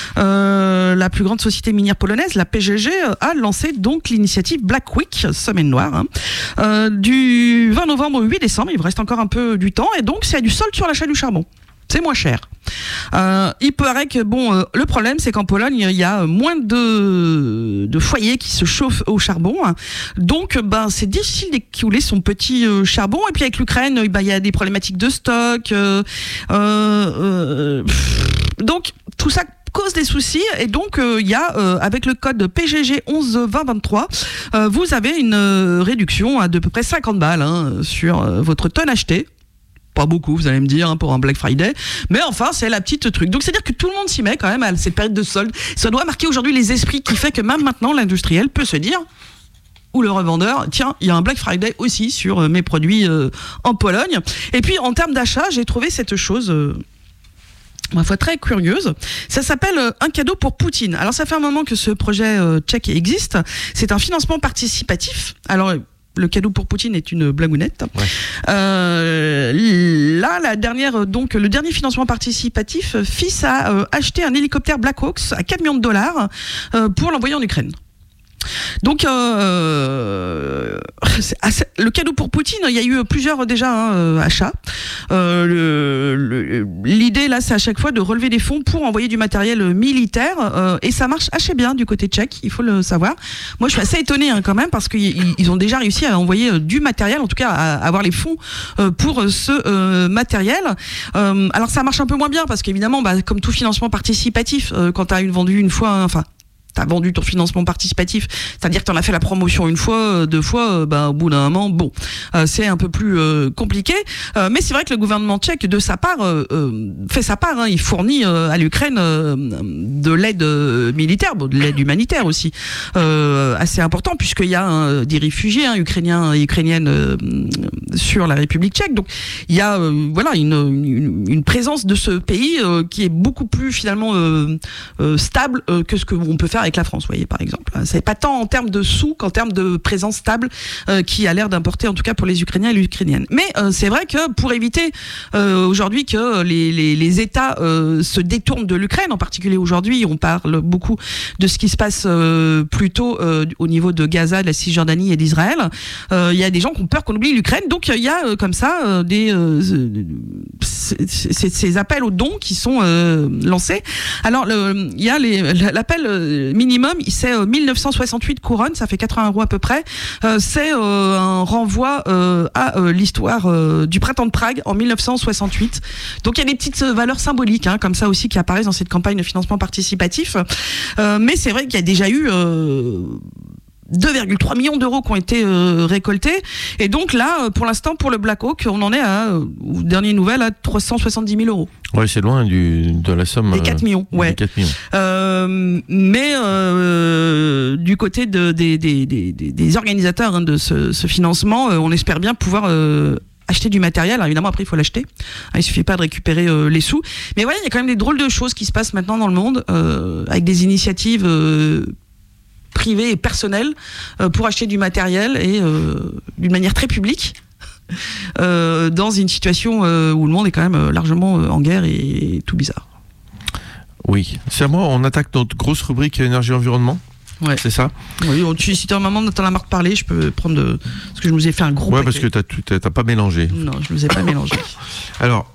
euh, la plus grande société minière polonaise, la P G G, a lancé donc l'initiative Black Week, semaine noire, hein, euh, du vingt novembre au huit décembre. Il vous reste encore un peu du temps et donc c'est du solde sur l'achat du charbon. C'est moins cher. Euh, il paraît que bon, euh, le problème c'est qu'en Pologne il y a moins de, de foyers qui se chauffent au charbon, hein. Donc ben c'est difficile d'écouler son petit euh, charbon. Et puis avec l'Ukraine, il ben, y a des problématiques de stock. Euh, euh, donc tout ça cause des soucis et donc il euh, y a euh, avec le code P G G onze vingt vingt-trois euh, vous avez une euh, réduction à de peu près cinquante balles hein, sur euh, votre tonne achetée. Pas beaucoup, vous allez me dire, hein, pour un Black Friday. Mais enfin, c'est la petite truc. Donc, c'est-à-dire que tout le monde s'y met quand même à cette période de solde. Ça doit marquer aujourd'hui les esprits qui fait que même maintenant, l'industriel peut se dire, ou le revendeur, tiens, il y a un Black Friday aussi sur euh, mes produits euh, en Pologne. Et puis, en termes d'achat, j'ai trouvé cette chose... Euh, ma foi très curieuse. Ça s'appelle euh, un cadeau pour Poutine. Alors, ça fait un moment que ce projet euh, tchèque existe. C'est un financement participatif. Alors... Le cadeau pour Poutine est une blagounette. Ouais. Euh, là, la dernière, donc, le dernier financement participatif vise à euh, acheter un hélicoptère Black Hawks à quatre millions de dollars euh, pour l'envoyer en Ukraine. Donc, euh, c'est assez, le cadeau pour Poutine, il y a eu plusieurs déjà hein, achats. Euh, le, le, l'idée là, c'est à chaque fois de relever des fonds pour envoyer du matériel militaire, euh, et ça marche assez bien du côté tchèque, il faut le savoir. Moi, je suis assez étonnée hein, quand même parce qu'ils ils ont déjà réussi à envoyer du matériel, en tout cas à, à avoir les fonds euh, pour ce euh, matériel. Euh, alors, ça marche un peu moins bien parce qu'évidemment, bah, comme tout financement participatif, euh, quand tu as une, vendu une fois, hein, enfin. t'as vendu ton financement participatif, c'est-à-dire que t'en as fait la promotion une fois, deux fois, ben au bout d'un moment, bon, euh, c'est un peu plus euh, compliqué. Euh, mais c'est vrai que le gouvernement tchèque, de sa part, euh, euh, fait sa part. Hein, il fournit euh, à l'Ukraine euh, de l'aide euh, militaire, bon, de l'aide humanitaire aussi, euh, assez important puisqu'il y a hein, des réfugiés hein, ukrainiens et ukrainiennes euh, sur la République tchèque. Donc il y a euh, voilà une, une, une présence de ce pays euh, qui est beaucoup plus finalement euh, euh, stable euh, que ce que on peut faire avec la France, vous voyez, par exemple. C'est pas tant en termes de sous qu'en termes de présence stable euh, qui a l'air d'importer, en tout cas pour les Ukrainiens et les Ukrainiennes. Mais euh, c'est vrai que pour éviter euh, aujourd'hui que les, les, les États euh, se détournent de l'Ukraine, en particulier aujourd'hui, on parle beaucoup de ce qui se passe euh, plutôt euh, au niveau de Gaza, de la Cisjordanie et d'Israël. Il euh, y a des gens qui ont peur qu'on oublie l'Ukraine, donc il y a euh, comme ça euh, des euh, ces, ces appels aux dons qui sont euh, lancés. Alors il y a les, l'appel euh, minimum, c'est euh, mille neuf cent soixante-huit couronnes, ça fait quatre-vingts euros à peu près. Euh, c'est euh, un renvoi euh, à euh, l'histoire euh, du printemps de Prague en mille neuf cent soixante-huit. Donc il y a des petites euh, valeurs symboliques, hein, comme ça aussi, qui apparaissent dans cette campagne de financement participatif. Euh, mais c'est vrai qu'il y a déjà eu euh, deux virgule trois millions d'euros qui ont été euh, récoltés. Et donc là, pour l'instant, pour le Black Hawk, on en est à, euh, dernière nouvelle, à trois cent soixante-dix mille euros. Ouais, c'est loin du, de la somme. Les quatre millions, ouais. Des quatre millions. Euh, mais euh, du côté de, des, des, des, des organisateurs hein, de ce, ce financement, euh, on espère bien pouvoir euh, acheter du matériel. Alors évidemment, après, il faut l'acheter. Hein, il suffit pas de récupérer euh, les sous. Mais voilà, il y a quand même des drôles de choses qui se passent maintenant dans le monde, euh, avec des initiatives euh, privées et personnelles euh, pour acheter du matériel et euh, d'une manière très publique. Euh, dans une situation euh, où le monde est quand même euh, largement euh, en guerre et, et tout bizarre. Oui, c'est à moi, on attaque notre grosse rubrique énergie-environnement. Ouais. C'est ça. Oui, tu, si tu as un moment, t'en as marre de parler, je peux prendre de... Parce que je nous ai fait un gros Ouais, paquet. parce que t'as, t'as, t'as pas mélangé. Non, je ne nous ai pas mélangé. Alors...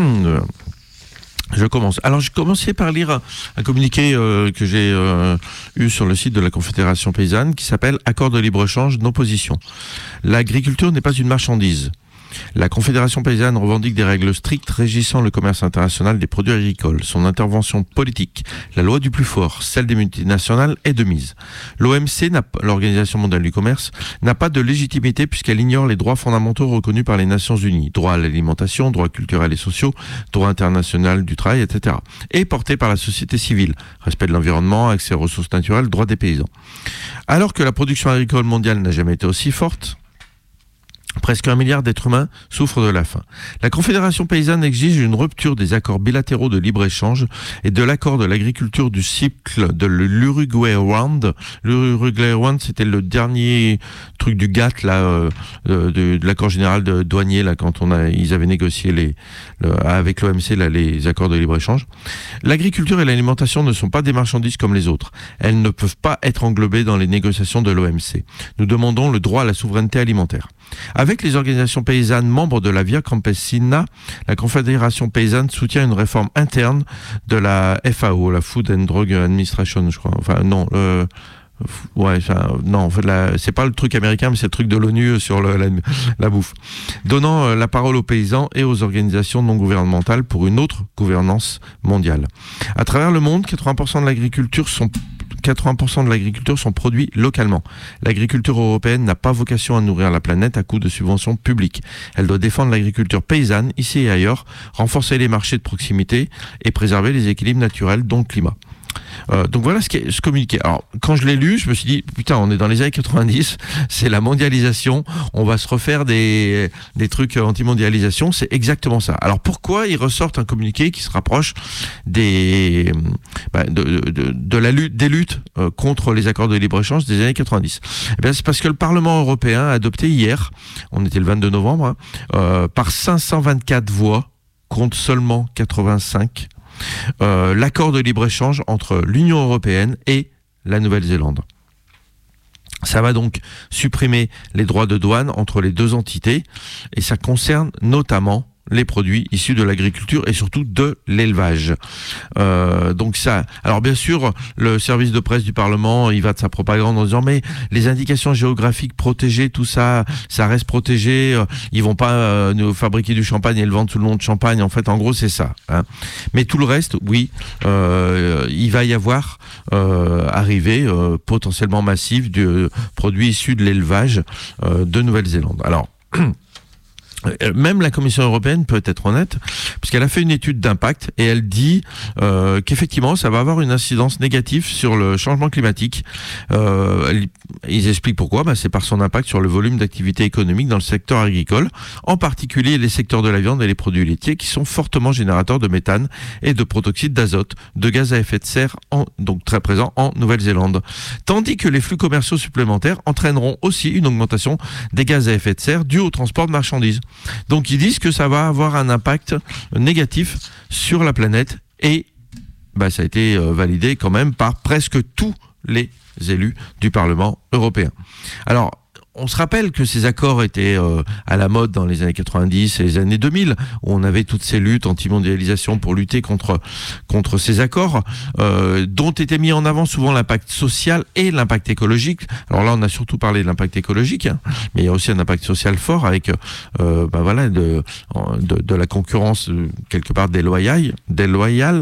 Je commence. Alors, j'ai commencé par lire un, un communiqué euh, que j'ai euh, eu sur le site de la Confédération paysanne qui s'appelle « Accord de libre-échange, non position ». L'agriculture n'est pas une marchandise. La Confédération paysanne revendique des règles strictes régissant le commerce international des produits agricoles. Son intervention politique, la loi du plus fort, celle des multinationales, est de mise. L'O M C, l'Organisation mondiale du commerce, n'a pas de légitimité puisqu'elle ignore les droits fondamentaux reconnus par les Nations unies. Droit à l'alimentation, droits culturels et sociaux, droit international du travail, et cetera. Et porté par la société civile. Respect de l'environnement, accès aux ressources naturelles, droits des paysans. Alors que la production agricole mondiale n'a jamais été aussi forte, presque un milliard d'êtres humains souffrent de la faim. La Confédération paysanne exige une rupture des accords bilatéraux de libre-échange et de l'accord de l'agriculture du cycle de l'Uruguay Round. L'Uruguay Round, c'était le dernier truc du G A T T, là, euh, de, de, de l'accord général de douanier, là, quand on a, ils avaient négocié les, le, avec l'O M C là, les accords de libre-échange. L'agriculture et l'alimentation ne sont pas des marchandises comme les autres. Elles ne peuvent pas être englobées dans les négociations de l'O M C. Nous demandons le droit à la souveraineté alimentaire. Avec les organisations paysannes membres de la Via Campesina, la Confédération paysanne soutient une réforme interne de la F A O, la Food and Drug Administration, je crois. Enfin, non, euh, ouais, enfin, non, en fait, la, c'est pas le truc américain, mais c'est le truc de l'ONU sur le, la, la bouffe. Donnant euh, la parole aux paysans et aux organisations non gouvernementales pour une autre gouvernance mondiale. À travers le monde, quatre-vingts pour cent de l'agriculture sont quatre-vingts pour cent de l'agriculture sont produits localement. L'agriculture européenne n'a pas vocation à nourrir la planète à coût de subventions publiques. Elle doit défendre l'agriculture paysanne, ici et ailleurs, renforcer les marchés de proximité et préserver les équilibres naturels, dont le climat. Euh, donc voilà ce qui est ce communiqué. Alors quand je l'ai lu, je me suis dit putain, on est dans les années quatre-vingt-dix, c'est la mondialisation, on va se refaire des des trucs anti-mondialisation, c'est exactement ça. Alors pourquoi ils ressortent un communiqué qui se rapproche des bah, de, de, de la lutte des luttes euh, contre les accords de libre-échange des années quatre-vingt-dix? Eh bien c'est parce que le Parlement européen a adopté hier, on était le vingt-deux novembre, hein, euh, par cinq cent vingt-quatre voix contre seulement quatre-vingt-cinq. Euh, l'accord de libre-échange entre l'Union européenne et la Nouvelle-Zélande. Ça va donc supprimer les droits de douane entre les deux entités et ça concerne notamment les produits issus de l'agriculture et surtout de l'élevage. Euh, donc ça, alors bien sûr, le service de presse du Parlement, il va de sa propagande en disant mais les indications géographiques protégées, tout ça, ça reste protégé, euh, ils vont pas euh, nous fabriquer du champagne et le vendre sous le nom de champagne. En fait, en gros, c'est ça. Hein. Mais tout le reste, oui, euh, il va y avoir euh, arrivée euh, potentiellement massive de produits issus de l'élevage euh, de Nouvelle-Zélande. Alors, même la Commission européenne peut être honnête, puisqu'elle a fait une étude d'impact et elle dit euh, qu'effectivement ça va avoir une incidence négative sur le changement climatique. Euh, ils expliquent pourquoi, bah, c'est par son impact sur le volume d'activité économique dans le secteur agricole, en particulier les secteurs de la viande et les produits laitiers qui sont fortement générateurs de méthane et de protoxyde d'azote, de gaz à effet de serre, en, donc très présents en Nouvelle-Zélande. Tandis que les flux commerciaux supplémentaires entraîneront aussi une augmentation des gaz à effet de serre dus au transport de marchandises. Donc ils disent que ça va avoir un impact négatif sur la planète et bah, ça a été validé quand même par presque tous les élus du Parlement européen. Alors, on se rappelle que ces accords étaient euh, à la mode dans les années quatre-vingt-dix et les années deux mille, où on avait toutes ces luttes anti-mondialisation pour lutter contre, contre ces accords, euh, dont était mis en avant souvent l'impact social et l'impact écologique. Alors là, on a surtout parlé de l'impact écologique, hein, mais il y a aussi un impact social fort avec euh, ben voilà, de, de, de la concurrence quelque part déloyale. déloyale.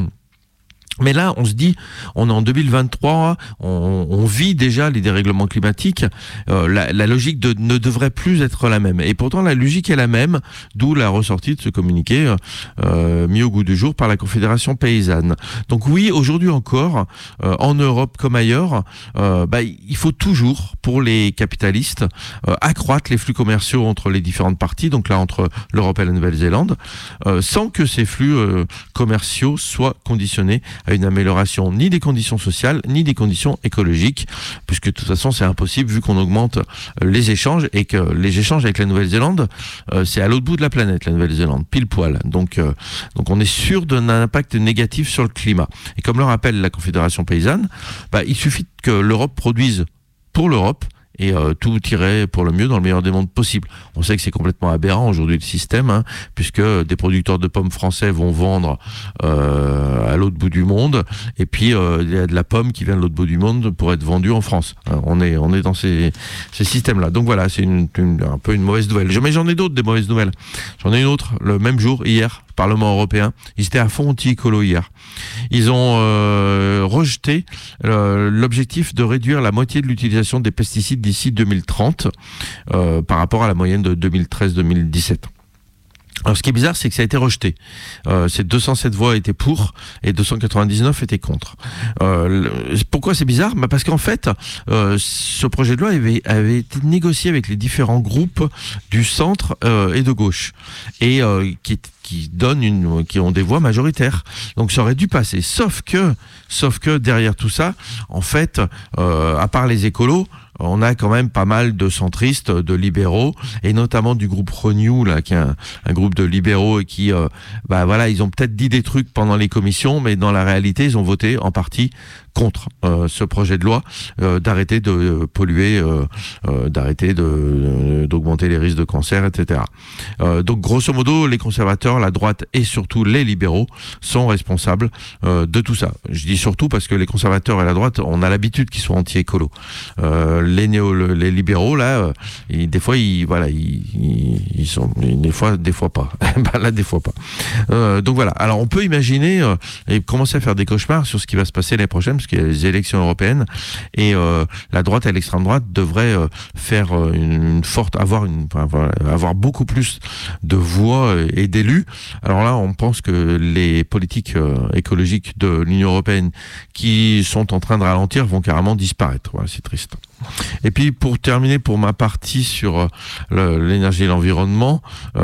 Mais là, on se dit, on est en deux mille vingt-trois, on, on vit déjà les dérèglements climatiques, euh, la, la logique de, ne devrait plus être la même. Et pourtant, la logique est la même, d'où la ressortie de ce communiqué euh, mis au goût du jour par la Confédération paysanne. Donc oui, aujourd'hui encore, euh, en Europe comme ailleurs, euh, bah, il faut toujours, pour les capitalistes, euh, accroître les flux commerciaux entre les différentes parties, donc là, entre l'Europe et la Nouvelle-Zélande, euh, sans que ces flux euh, commerciaux soient conditionnés à une amélioration ni des conditions sociales, ni des conditions écologiques, puisque de toute façon c'est impossible vu qu'on augmente les échanges et que les échanges avec la Nouvelle-Zélande, euh, c'est à l'autre bout de la planète, la Nouvelle-Zélande, pile poil. Donc, euh, donc on est sûr d'un impact négatif sur le climat. Et comme le rappelle la Confédération paysanne, bah, il suffit que l'Europe produise pour l'Europe, et euh, tout tirer pour le mieux dans le meilleur des mondes possible. On sait que c'est complètement aberrant aujourd'hui le système, hein, puisque des producteurs de pommes français vont vendre euh, à l'autre bout du monde, et puis euh, il y a de la pomme qui vient de l'autre bout du monde pour être vendue en France. Hein, on est on est dans ces ces systèmes-là. Donc voilà, c'est une, une, un peu une mauvaise nouvelle. Mais j'en ai d'autres des mauvaises nouvelles. J'en ai une autre le même jour hier. Parlement européen, ils étaient à fond anti-écolo hier. Ils ont euh, rejeté euh, l'objectif de réduire la moitié de l'utilisation des pesticides d'ici deux mille trente euh, par rapport à la moyenne de deux mille treize deux mille dix-sept. Alors ce qui est bizarre, c'est que ça a été rejeté. Euh, ces deux cent sept voix étaient pour et deux cent quatre-vingt-dix-neuf étaient contre. Euh, pourquoi c'est bizarre ? Bah parce qu'en fait, euh, ce projet de loi avait, avait été négocié avec les différents groupes du centre euh, et de gauche, et euh, qui qui donnent une, qui ont des voix majoritaires. Donc ça aurait dû passer. Sauf que, sauf que derrière tout ça, en fait, euh, à part les écolos, on a quand même pas mal de centristes, de libéraux, et notamment du groupe Renew, là, qui est un, un groupe de libéraux et qui, euh, bah voilà, ils ont peut-être dit des trucs pendant les commissions, mais dans la réalité, ils ont voté en partie contre euh, ce projet de loi, euh, d'arrêter de euh, polluer, euh, euh, d'arrêter de, euh, d'augmenter les risques de cancer, et cetera. Euh, donc grosso modo, les conservateurs, la droite et surtout les libéraux sont responsables euh, de tout ça. Je dis surtout parce que les conservateurs et la droite, on a l'habitude qu'ils soient anti-écolo. Euh, les néo, les libéraux là, euh, ils, des fois ils, voilà, ils, ils, ils sont, des fois, des fois pas. ben là, des fois pas. Euh, donc voilà. Alors on peut imaginer euh, et commencer à faire des cauchemars sur ce qui va se passer l'année prochaine, parce qu'il y a les élections européennes et euh, la droite et l'extrême droite devraient euh, faire euh, une, une forte, avoir une, enfin, avoir beaucoup plus de voix et d'élus. Alors là, on pense que les politiques euh, écologiques de l'Union européenne qui sont en train de ralentir vont carrément disparaître. Voilà, c'est triste. Et puis pour terminer pour ma partie sur le, l'énergie et l'environnement,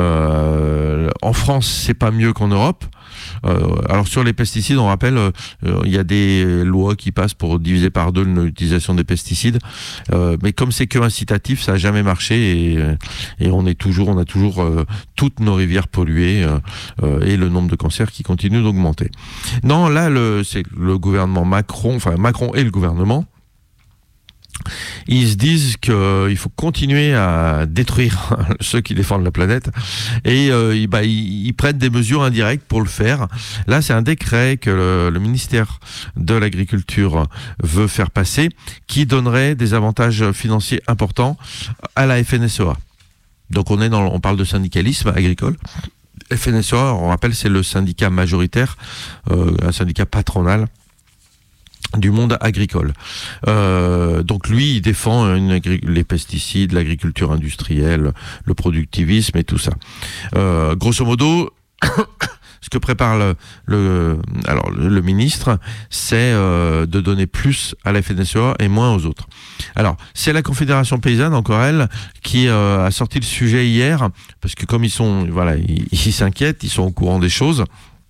euh, en France c'est pas mieux qu'en Europe. Euh, alors sur les pesticides, on rappelle, euh, il y a des lois qui passent pour diviser par deux l'utilisation des pesticides, euh, mais comme c'est que incitatif, ça a jamais marché et, et on est toujours, on a toujours euh, toutes nos rivières polluées euh, euh, et le nombre de cancers qui continue d'augmenter. Non, là le, c'est le gouvernement Macron, enfin Macron et le gouvernement ils se disent qu'il faut continuer à détruire ceux qui défendent la planète et euh, ils, bah, ils, ils prennent des mesures indirectes pour le faire. Là, c'est un décret que le, le ministère de l'Agriculture veut faire passer qui donnerait des avantages financiers importants à la F N S E A. Donc on est dans, on parle de syndicalisme agricole. F N S E A, on rappelle, c'est le syndicat majoritaire, euh, un syndicat patronal du monde agricole. Euh, donc lui, il défend une agri- les pesticides, l'agriculture industrielle, le productivisme et tout ça. Euh, grosso modo, ce que prépare le, le, alors, le, le ministre, c'est euh, de donner plus à la F N S E A et moins aux autres. Alors, c'est la Confédération Paysanne, encore elle, qui euh, a sorti le sujet hier, parce que comme ils sont, voilà, ils, ils s'inquiètent, ils sont au courant des choses.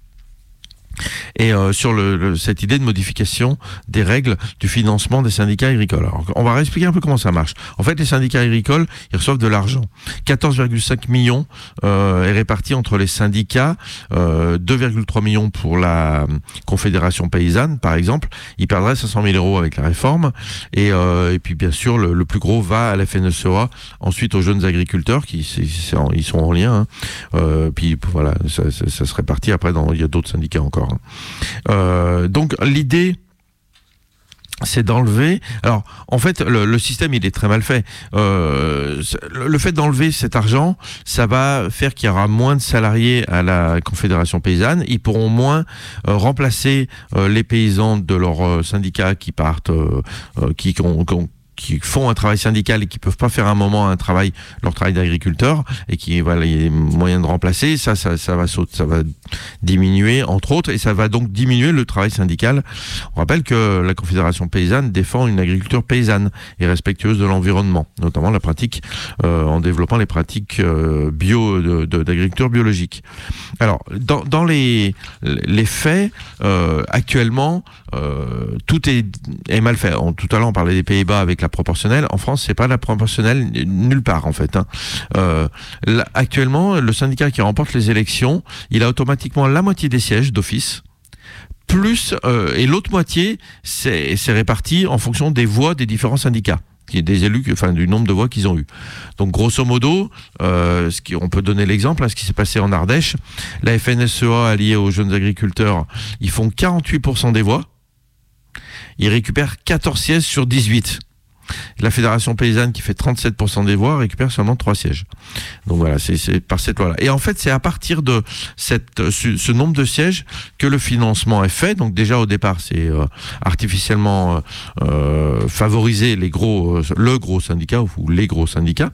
Et euh, sur le, le, cette idée de modification des règles du financement des syndicats agricoles. Alors, on va réexpliquer un peu comment ça marche. En fait, les syndicats agricoles, ils reçoivent de l'argent. quatorze virgule cinq millions euh, est réparti entre les syndicats, euh, deux virgule trois millions pour la Confédération Paysanne, par exemple. Ils perdraient cinq cent mille euros avec la réforme. Et, euh, et puis, bien sûr, le, le plus gros va à la F N S E A, ensuite aux jeunes agriculteurs, qui c'est, c'est en, ils sont en lien. Hein. Euh, puis, voilà, ça, ça, ça se répartit. Après, dans, il y a d'autres syndicats encore. Euh, donc l'idée, c'est d'enlever. Alors, en fait, le, le système, il est très mal fait. Euh, le fait d'enlever cet argent, ça va faire qu'il y aura moins de salariés à la Confédération Paysanne. Ils pourront moins euh, remplacer euh, les paysans de leurs euh, syndicats qui partent, euh, euh, qui, qui ont, qui ont qui font un travail syndical et qui peuvent pas faire un moment un travail, leur travail d'agriculteur, et qui, voilà, il y a moyen de remplacer, ça, ça, ça va sauter, ça va diminuer, entre autres, et ça va donc diminuer le travail syndical. On rappelle que la Confédération Paysanne défend une agriculture paysanne et respectueuse de l'environnement, notamment la pratique, euh, en développant les pratiques euh, bio, de, de, d'agriculture biologique. Alors, dans, dans les, les faits, euh, actuellement, euh, tout est, est mal fait. On, tout à l'heure, on parlait des Pays-Bas avec la proportionnelle. En France, c'est pas la proportionnelle nulle part, en fait. Hein. Euh, là, actuellement, le syndicat qui remporte les élections, il a automatiquement la moitié des sièges d'office, plus, euh, et l'autre moitié, c'est, c'est réparti en fonction des voix des différents syndicats, qui est des élus, enfin du nombre de voix qu'ils ont eu. Donc grosso modo, euh, ce qui, on peut donner l'exemple, hein, ce qui s'est passé en Ardèche, la F N S E A alliée aux jeunes agriculteurs, ils font quarante-huit pour cent des voix, ils récupèrent quatorze sièges sur dix-huit. La Fédération Paysanne, qui fait trente-sept pour cent des voix, récupère seulement trois sièges. Donc voilà, c'est, c'est par cette loi-là. Et en fait, c'est à partir de cette, ce, ce nombre de sièges que le financement est fait. Donc déjà, au départ, c'est euh, artificiellement euh, favoriser les gros, euh, le gros syndicat ou les gros syndicats.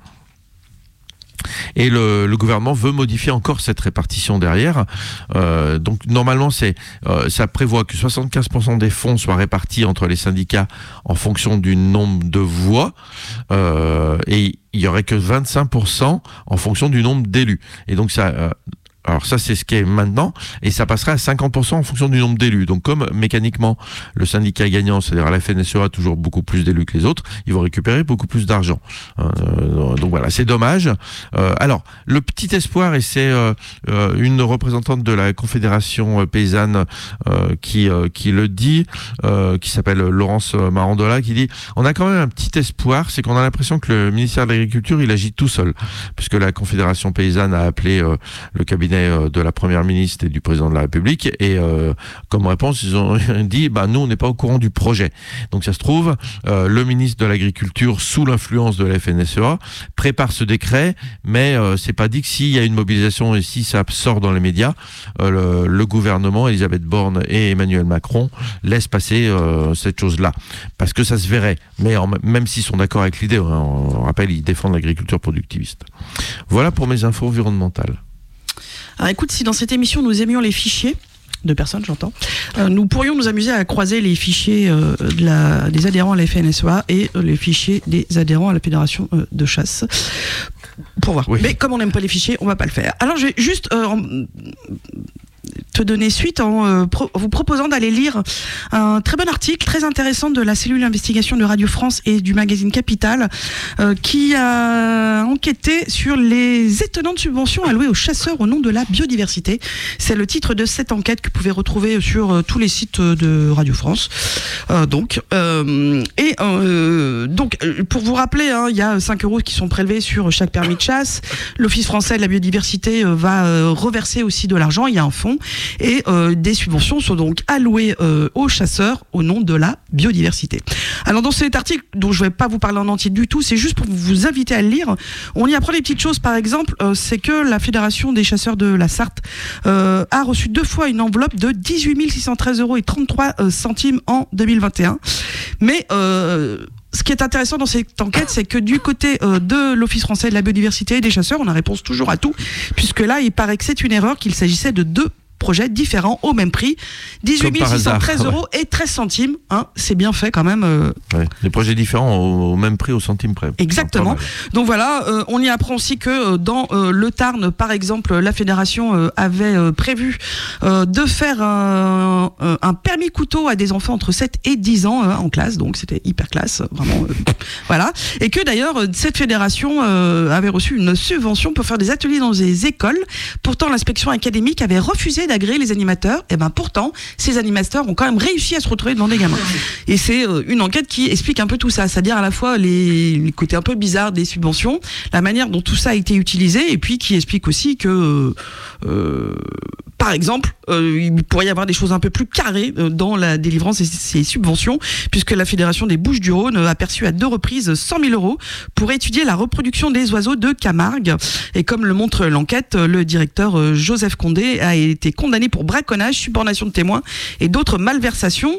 Et le, le gouvernement veut modifier encore cette répartition derrière. Euh, donc normalement, c'est, euh, ça prévoit que soixante-quinze pour cent des fonds soient répartis entre les syndicats en fonction du nombre de voix, euh, et il y aurait que vingt-cinq pour cent en fonction du nombre d'élus. Et donc ça... Euh, Alors ça, c'est ce qui est maintenant, et ça passerait à cinquante pour cent en fonction du nombre d'élus. Donc comme mécaniquement, le syndicat gagnant, c'est-à-dire la F N S E A, a toujours beaucoup plus d'élus que les autres, ils vont récupérer beaucoup plus d'argent. Euh, donc voilà, c'est dommage. Euh, alors, le petit espoir, et c'est euh, euh, une représentante de la Confédération Paysanne euh, qui, euh, qui le dit, euh, qui s'appelle Laurence Marandola, qui dit « On a quand même un petit espoir, c'est qu'on a l'impression que le ministère de l'Agriculture, il agit tout seul. » Puisque la Confédération Paysanne a appelé euh, le cabinet de la première ministre et du président de la République, et euh, comme réponse ils ont dit bah nous on n'est pas au courant du projet. Donc ça se trouve euh, le ministre de l'Agriculture, sous l'influence de la F N S E A, prépare ce décret, mais euh, c'est pas dit que s'il y a une mobilisation et si ça sort dans les médias, euh, le, le gouvernement, Elisabeth Borne et Emmanuel Macron laissent passer euh, cette chose là, parce que ça se verrait, mais en, même s'ils sont d'accord avec l'idée, hein, on rappelle, ils défendent l'agriculture productiviste. Voilà pour mes infos environnementales. Alors écoute, si dans cette émission nous aimions les fichiers, de personnes j'entends, euh, nous pourrions nous amuser à croiser les fichiers euh, de la, des adhérents à la F N S E A et euh, les fichiers des adhérents à la Fédération euh, de chasse, pour voir. Oui. Mais comme on n'aime pas les fichiers, on va pas le faire. Alors je vais juste... Euh, te donner suite en euh, pro- vous proposant d'aller lire un très bon article, très intéressant de la cellule d'investigation de Radio France et du magazine Capital, euh, qui a enquêté sur les étonnantes subventions allouées aux chasseurs au nom de la biodiversité. C'est le titre de cette enquête que vous pouvez retrouver sur euh, tous les sites de Radio France. Euh, donc, euh, et euh, donc, pour vous rappeler, hein, il y a cinq euros qui sont prélevés sur chaque permis de chasse. L'Office français de la biodiversité euh, va euh, reverser aussi de l'argent. Il y a un fonds. Et euh, des subventions sont donc allouées euh, aux chasseurs au nom de la biodiversité. Alors dans cet article, dont je ne vais pas vous parler en entier du tout, c'est juste pour vous inviter à le lire. On y apprend des petites choses, par exemple, euh, c'est que la Fédération des chasseurs de la Sarthe euh, a reçu deux fois une enveloppe de dix-huit mille six cent treize euros et trente-trois centimes en deux mille vingt et un. Mais... Euh, Ce qui est intéressant dans cette enquête, c'est que du côté euh, de l'Office français de la biodiversité et des chasseurs, on a réponse toujours à tout, puisque là, il paraît que c'est une erreur, qu'il s'agissait de deux projets différents au même prix, dix-huit mille six cent treize euros ouais. et treize centimes. Hein, c'est bien fait quand même. Euh... Ouais, des projets différents au, au même prix, au centime près. Exactement. Donc voilà, euh, on y apprend aussi que euh, dans euh, le Tarn, par exemple, la fédération euh, avait euh, prévu euh, de faire un, euh, un permis couteau à des enfants entre sept et dix ans euh, en classe. Donc c'était hyper classe, vraiment. Euh, voilà. Et que d'ailleurs, cette fédération euh, avait reçu une subvention pour faire des ateliers dans des écoles. Pourtant, l'inspection académique avait refusé d'agréer les animateurs, et ben pourtant ces animateurs ont quand même réussi à se retrouver devant des gamins. Et c'est euh, une enquête qui explique un peu tout ça, c'est-à-dire à la fois les, les côtés un peu bizarres des subventions, la manière dont tout ça a été utilisé, et puis qui explique aussi que euh, par exemple, euh, il pourrait y avoir des choses un peu plus carrées euh, dans la délivrance de ces subventions, puisque la Fédération des Bouches-du-Rhône a perçu à deux reprises cent mille euros pour étudier la reproduction des oiseaux de Camargue. Et comme le montre l'enquête, le directeur euh, Joseph Condé a été condamné pour braconnage, subornation de témoins et d'autres malversations.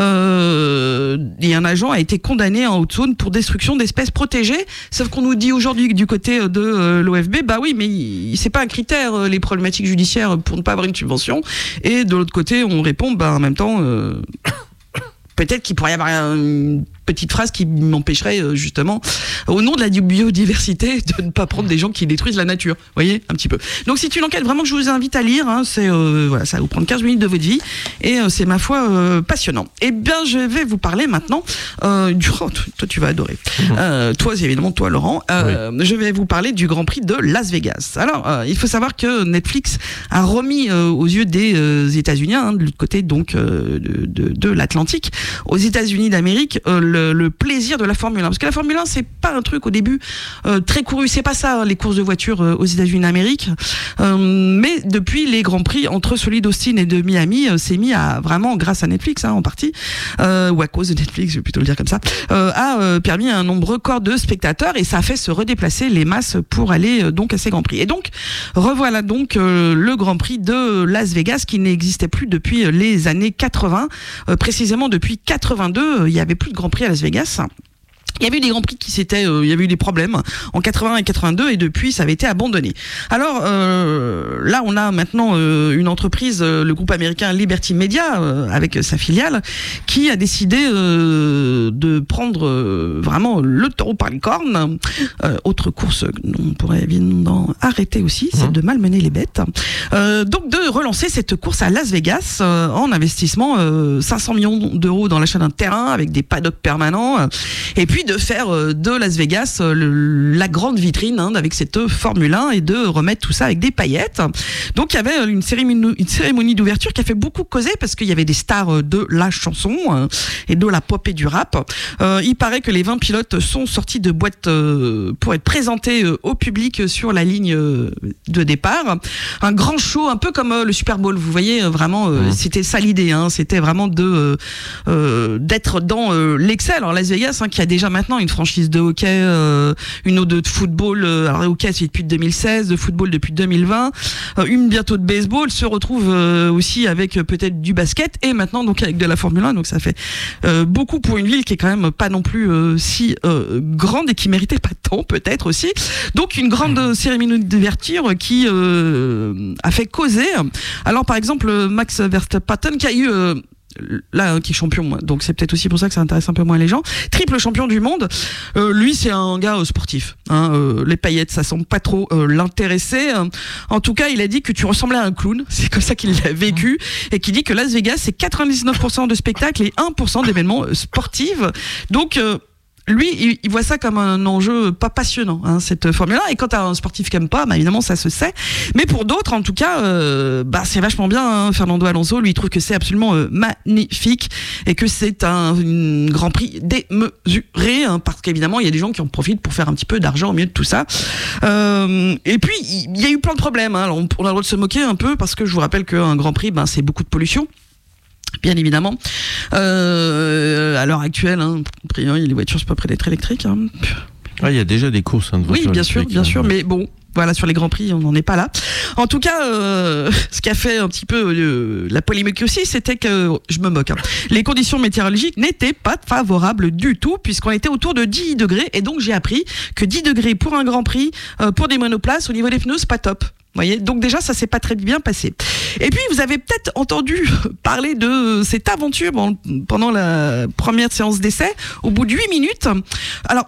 Euh, et un agent a été condamné en Haute-Saône pour destruction d'espèces protégées. Sauf qu'on nous dit aujourd'hui du côté de euh, l'O F B, bah oui, mais c'est pas un critère, euh, les problématiques judiciaires pour ne pas avoir une subvention. Et de l'autre côté, on répond, bah en même temps, euh, peut-être qu'il pourrait y avoir une petite phrase qui m'empêcherait euh, justement, au nom de la biodiversité, de ne pas prendre des gens qui détruisent la nature. Vous voyez, un petit peu. Donc c'est une enquête vraiment que je vous invite à lire. Hein, c'est euh, voilà, ça va vous prendre quinze minutes de votre vie et euh, c'est ma foi euh, passionnant. Et bien, je vais vous parler maintenant euh, du. Oh, toi, tu vas adorer. Euh, toi, c'est évidemment toi, Laurent. Euh, oui. Je vais vous parler du Grand Prix de Las Vegas. Alors, euh, il faut savoir que Netflix a remis euh, aux yeux des euh, États-Unis, hein, de l'autre côté donc euh, de, de, de l'Atlantique, aux États-Unis d'Amérique. Euh, Le, le plaisir de la Formule un, parce que la Formule un c'est pas un truc au début euh, très couru, c'est pas ça hein, les courses de voitures euh, aux États-Unis d'Amérique, euh, mais depuis les grands prix entre celui d'Austin et de Miami euh, c'est mis à vraiment, grâce à Netflix hein, en partie euh, ou à cause de Netflix, je vais plutôt le dire comme ça, euh, a euh, permis un nombre record de spectateurs et ça a fait se redéplacer les masses pour aller euh, donc à ces grands prix. Et donc revoilà donc euh, le Grand Prix de Las Vegas qui n'existait plus depuis les années quatre-vingts, euh, précisément depuis quatre-vingt-deux, euh, il y avait plus de Grand Prix à Las Vegas. Il y avait eu des grands prix qui s'étaient, euh, il y avait eu des problèmes en quatre-vingts et quatre-vingt-deux et depuis ça avait été abandonné. Alors euh, là on a maintenant euh, une entreprise, euh, le groupe américain Liberty Media euh, avec sa filiale, qui a décidé euh, de prendre euh, vraiment le taureau par les cornes. Euh, autre course on pourrait évidemment arrêter aussi, c'est mmh. de malmener les bêtes. Euh, donc de relancer cette course à Las Vegas euh, en investissement euh, cinq cents millions d'euros dans l'achat d'un terrain avec des paddocks permanents euh, et puis de faire de Las Vegas le, la grande vitrine hein, avec cette Formule un et de remettre tout ça avec des paillettes. Donc il y avait une cérémonie, une cérémonie d'ouverture qui a fait beaucoup causer parce qu'il y avait des stars de la chanson euh, et de la pop et du rap. Euh, il paraît que les vingt pilotes sont sortis de boîte euh, pour être présentés euh, au public sur la ligne euh, de départ. Un grand show, un peu comme euh, le Super Bowl. Vous voyez, euh, vraiment, euh, mmh. c'était ça l'idée. Hein, c'était vraiment de euh, euh, d'être dans euh, l'excès. Alors Las Vegas, hein, qui a déjà maintenant une franchise de hockey, euh, une autre de football, euh, alors le hockey c'est depuis deux mille seize, de football depuis deux mille vingt, euh, une bientôt de baseball, se retrouve euh, aussi avec euh, peut-être du basket et maintenant donc avec de la Formule un, donc ça fait euh, beaucoup pour une ville qui est quand même pas non plus euh, si euh, grande et qui méritait pas tant peut-être aussi. Donc une grande cérémonie d'ouverture qui euh, a fait causer. Alors par exemple Max Verstappen qui a eu euh, là hein, qui est champion, donc c'est peut-être aussi pour ça que ça intéresse un peu moins les gens. Triple champion du monde. Euh, lui, c'est un gars euh, sportif. Hein, euh, les paillettes, ça semble pas trop euh, l'intéresser. En tout cas, il a dit que tu ressemblais à un clown. C'est comme ça qu'il l'a vécu et qui dit que Las Vegas, c'est quatre-vingt-dix-neuf pour cent de spectacles et un pour cent d'événements sportifs. Donc euh, lui, il, il voit ça comme un enjeu pas passionnant, hein, cette Formule un. Et quand t'as un sportif qui aime pas, bah évidemment ça se sait. Mais pour d'autres, en tout cas, euh, bah c'est vachement bien. Hein. Fernando Alonso, lui, il trouve que c'est absolument euh, magnifique et que c'est un, un Grand Prix démesuré, hein, parce qu'évidemment, il y a des gens qui en profitent pour faire un petit peu d'argent au milieu de tout ça. Euh, et puis, il y a eu plein de problèmes. Hein. Alors, on, on a le droit de se moquer un peu parce que je vous rappelle qu'un Grand Prix, ben, c'est beaucoup de pollution. Bien évidemment. Euh, à l'heure actuelle, hein, a priori, les voitures sont pas près d'être électriques. Hein. Ah, il y a déjà des courses hein, de voitures. Oui, bien sûr, bien sûr, mais bon. Voilà, sur les Grands Prix, on n'en est pas là. En tout cas, euh, ce qui a fait un petit peu euh, la polémique aussi, c'était que, je me moque, hein, les conditions météorologiques n'étaient pas favorables du tout, puisqu'on était autour de dix degrés, et donc j'ai appris que dix degrés pour un Grand Prix, euh, pour des monoplaces, au niveau des pneus, c'est pas top. Voyez, donc déjà ça s'est pas très bien passé. Et puis vous avez peut-être entendu parler de cette aventure bon, pendant la première séance d'essai, au bout de huit minutes. Alors,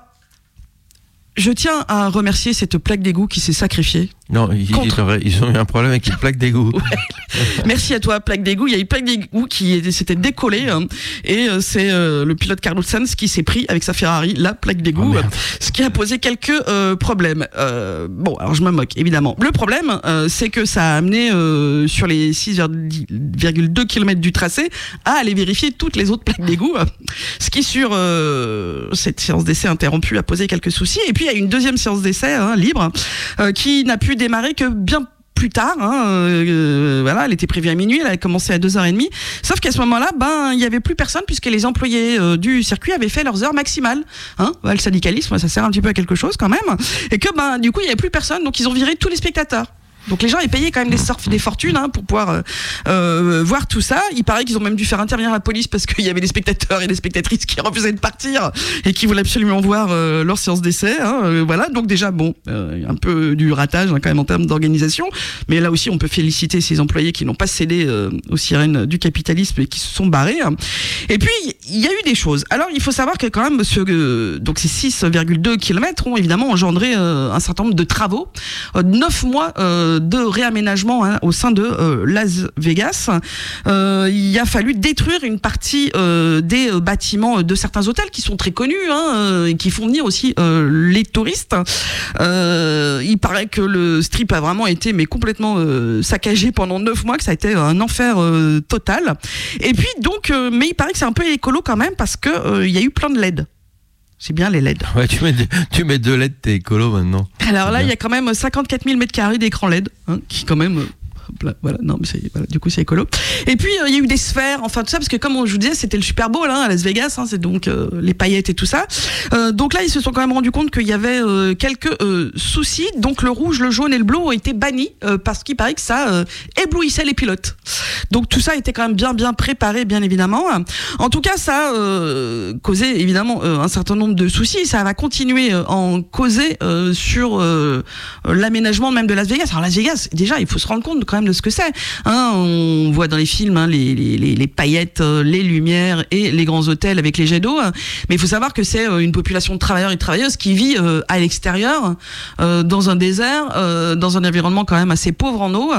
je tiens à remercier cette plaque d'égout qui s'est sacrifiée. Non, ils, contre... ils ont eu un problème avec une plaque d'égout. Ouais. Merci à toi, plaque d'égout. Il y a une plaque d'égout qui s'était décollée hein, et euh, c'est euh, le pilote Carlos Sainz qui s'est pris avec sa Ferrari la plaque d'égout, oh, ce qui a posé quelques euh, problèmes. Euh, bon, alors je me moque évidemment. Le problème, euh, c'est que ça a amené euh, sur les six virgule deux kilomètres du tracé à aller vérifier toutes les autres plaques d'égout, ce qui sur euh, cette séance d'essai interrompue a posé quelques soucis. Et puis il y a une deuxième séance d'essai hein, libre euh, qui n'a pu démarrer que bien plus tard, hein, euh, voilà, elle était prévue à minuit, elle a commencé à deux heures trente, sauf qu'à ce moment-là, ben, il y avait plus personne puisque les employés euh, du circuit avaient fait leurs heures maximales, hein, ouais, le syndicalisme, ça sert un petit peu à quelque chose quand même, et que, ben, du coup, il y avait plus personne, donc ils ont viré tous les spectateurs. Donc les gens ils payaient quand même des, sortes, des fortunes hein, pour pouvoir euh, euh, voir tout ça. Il paraît qu'ils ont même dû faire intervenir la police parce qu'il y avait des spectateurs et des spectatrices qui refusaient de partir et qui voulaient absolument voir euh, leur séance d'essai. Hein, euh, voilà, donc déjà bon, euh, un peu du ratage hein, quand même en termes d'organisation. Mais là aussi on peut féliciter ces employés qui n'ont pas cédé euh, aux sirènes du capitalisme et qui se sont barrés. Hein. Et puis il y a eu des choses. Alors il faut savoir que quand même ce, euh, donc ces six virgule deux kilomètres ont évidemment engendré euh, un certain nombre de travaux, euh, neuf mois euh, de réaménagement hein, au sein de euh, Las Vegas. Euh, il a fallu détruire une partie euh, des euh, bâtiments de certains hôtels qui sont très connus hein, euh, et qui font venir aussi euh, les touristes. Euh, il paraît que le strip a vraiment été mais complètement euh, saccagé pendant neuf mois, que ça a été un enfer euh, total. Et puis donc, euh, mais il paraît que c'est un peu écolo quand même parce que euh, il y a eu plein de L E D. C'est bien les L E D. Ouais, tu mets, de, tu mets deux L E D, t'es écolo maintenant. Alors là, il y a quand même cinquante-quatre mille mètres carrés d'écran L E D, hein, qui quand même... Voilà, non, mais c'est, voilà, du coup, c'est écolo. Et puis, il euh, y a eu des sphères, enfin tout ça, parce que comme je vous disais, c'était le Super Bowl hein, à Las Vegas, hein, c'est donc euh, les paillettes et tout ça. Euh, donc là, ils se sont quand même rendus compte qu'il y avait euh, quelques euh, soucis. Donc le rouge, le jaune et le bleu ont été bannis euh, parce qu'il paraît que ça euh, éblouissait les pilotes. Donc tout ça était quand même bien, bien préparé, bien évidemment. En tout cas, ça a euh, causé évidemment euh, un certain nombre de soucis. Ça va continuer euh, en causer euh, sur euh, l'aménagement même de Las Vegas. Alors Las Vegas, déjà, il faut se rendre compte quand même de ce que c'est. Hein, on voit dans les films hein, les, les, les paillettes, les lumières et les grands hôtels avec les jets d'eau. Mais il faut savoir que c'est une population de travailleurs et de travailleuses qui vit euh, à l'extérieur, euh, dans un désert, euh, dans un environnement quand même assez pauvre en eau,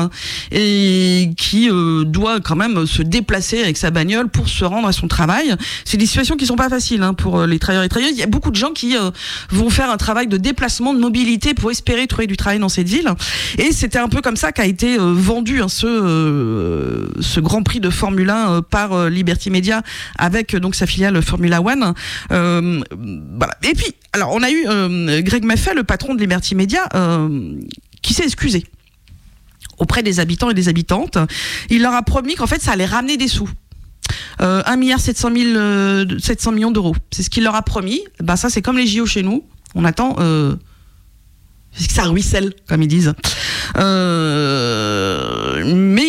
et qui euh, doit quand même se déplacer avec sa bagnole pour se rendre à son travail. C'est des situations qui sont pas faciles hein, pour les travailleurs et travailleuses. Il y a beaucoup de gens qui euh, vont faire un travail de déplacement, de mobilité pour espérer trouver du travail dans cette ville. Et c'était un peu comme ça qu'a été euh, vendu hein, ce, euh, ce Grand Prix de Formule un euh, par euh, Liberty Media avec euh, donc sa filiale Formula One. Euh, voilà. Et puis, alors on a eu euh, Greg Maffei, le patron de Liberty Media, euh, qui s'est excusé auprès des habitants et des habitantes. Il leur a promis qu'en fait ça allait ramener des sous. Euh, un milliard sept cent millions d'euros. C'est ce qu'il leur a promis. Ben ça c'est comme les J O chez nous. On attend... Euh, que ça ruisselle, comme ils disent. Euh, mais il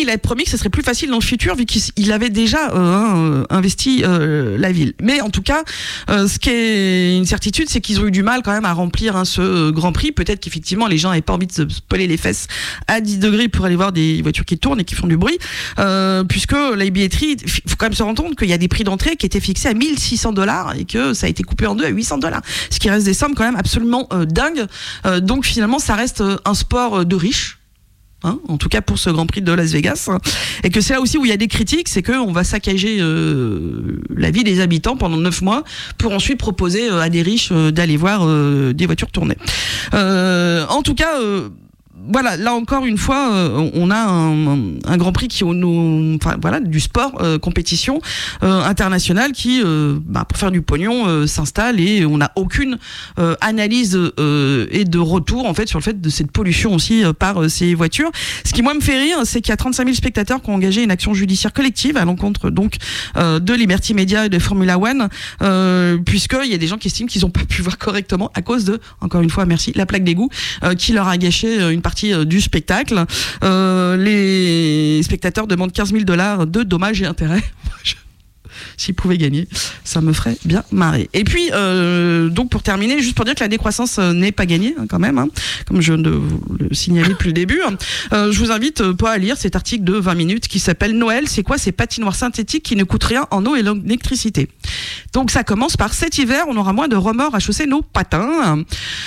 il a promis que ce serait plus facile dans le futur vu qu'il avait déjà euh, investi euh, la ville. Mais en tout cas, euh, ce qui est une certitude, c'est qu'ils ont eu du mal quand même à remplir hein, ce Grand Prix. Peut-être qu'effectivement les gens n'avaient pas envie de se peler les fesses à dix degrés pour aller voir des voitures qui tournent et qui font du bruit, euh, puisque la billetterie, il faut quand même se rendre compte qu'il y a des prix d'entrée qui étaient fixés à mille six cents dollars et que ça a été coupé en deux à huit cents dollars, ce qui reste des sommes quand même absolument euh, dingues. Euh, donc finalement, ça reste un sport de riches. Hein, en tout cas pour ce Grand Prix de Las Vegas, et que c'est là aussi où il y a des critiques, c'est qu'on va saccager euh, la vie des habitants pendant neuf mois pour ensuite proposer euh, à des riches euh, d'aller voir euh, des voitures tourner. Euh, en tout cas, euh, voilà, là encore une fois, euh, on a un, un Grand Prix qui, nous, enfin voilà, du sport euh, compétition euh, internationale qui, euh, bah, pour faire du pognon, euh, s'installe et on n'a aucune euh, analyse euh, et de retour en fait sur le fait de cette pollution aussi euh, par euh, ces voitures. Ce qui moi me fait rire, c'est qu'il y a trente-cinq mille spectateurs qui ont engagé une action judiciaire collective à l'encontre donc euh, de Liberty Media et de Formula One, euh, puisqu'il y a des gens qui estiment qu'ils n'ont pas pu voir correctement à cause de, encore une fois, merci, la plaque d'égout euh, qui leur a gâché euh, une partie du spectacle. Euh, les spectateurs demandent quinze mille dollars de dommages et intérêts. S'ils pouvaient gagner, ça me ferait bien marrer. Et puis, euh, donc pour terminer, juste pour dire que la décroissance n'est pas gagnée hein, quand même, hein, comme je ne vous le signalais depuis le début. Euh, je vous invite euh, pas à lire cet article de vingt minutes qui s'appelle Noël, c'est quoi ces patinoires synthétiques qui ne coûtent rien en eau et l'électricité. Donc ça commence par cet hiver, on aura moins de remords à chausser nos patins.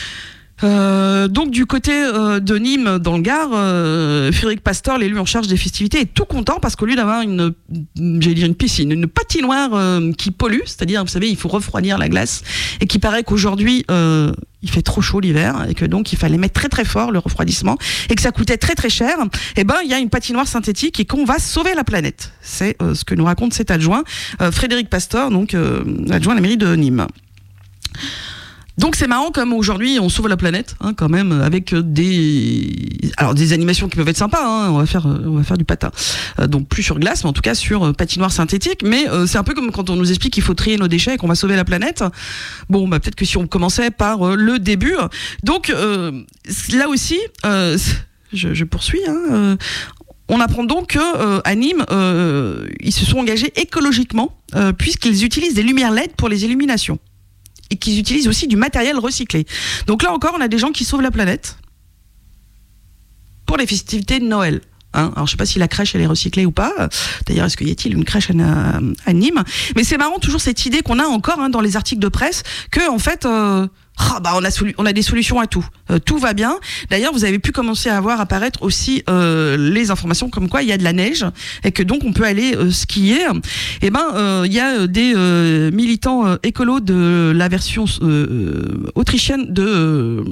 Euh, donc du côté euh, de Nîmes dans le Gard, euh, Frédéric Pastor, l'élu en charge des festivités, est tout content parce qu'au lieu d'avoir une, j'allais dire une piscine, une patinoire euh, qui pollue, c'est-à-dire vous savez il faut refroidir la glace, et qui paraît qu'aujourd'hui euh, il fait trop chaud l'hiver et que donc il fallait mettre très très fort le refroidissement et que ça coûtait très très cher, et ben il y a une patinoire synthétique et qu'on va sauver la planète. C'est euh, ce que nous raconte cet adjoint euh, Frédéric Pastor, donc euh, adjoint à la mairie de Nîmes. Donc c'est marrant comme aujourd'hui on sauve la planète hein, quand même avec des alors des animations qui peuvent être sympas hein, on va faire on va faire du patin euh, donc plus sur glace mais en tout cas sur euh, patinoire synthétique, mais euh, c'est un peu comme quand on nous explique qu'il faut trier nos déchets et qu'on va sauver la planète. Bon bah peut-être que si on commençait par euh, le début. Donc euh, là aussi euh, je, je poursuis hein, euh, on apprend donc que euh, à Nîmes euh, ils se sont engagés écologiquement euh, puisqu'ils utilisent des lumières L E D pour les illuminations et qu'ils utilisent aussi du matériel recyclé. Donc là encore, on a des gens qui sauvent la planète pour les festivités de Noël. Hein, alors je sais pas si la crèche elle est recyclée ou pas. D'ailleurs, est-ce qu'il y a-t-il une crèche à, à Nîmes? Mais c'est marrant toujours cette idée qu'on a encore hein, dans les articles de presse que en fait, euh, oh, bah on a solu- on a des solutions à tout. Euh, tout va bien. D'ailleurs, vous avez pu commencer à voir apparaître aussi euh, les informations comme quoi il y a de la neige et que donc on peut aller euh, skier. Et ben euh, il y a des euh, militants euh, écolos de la version euh, autrichienne de euh,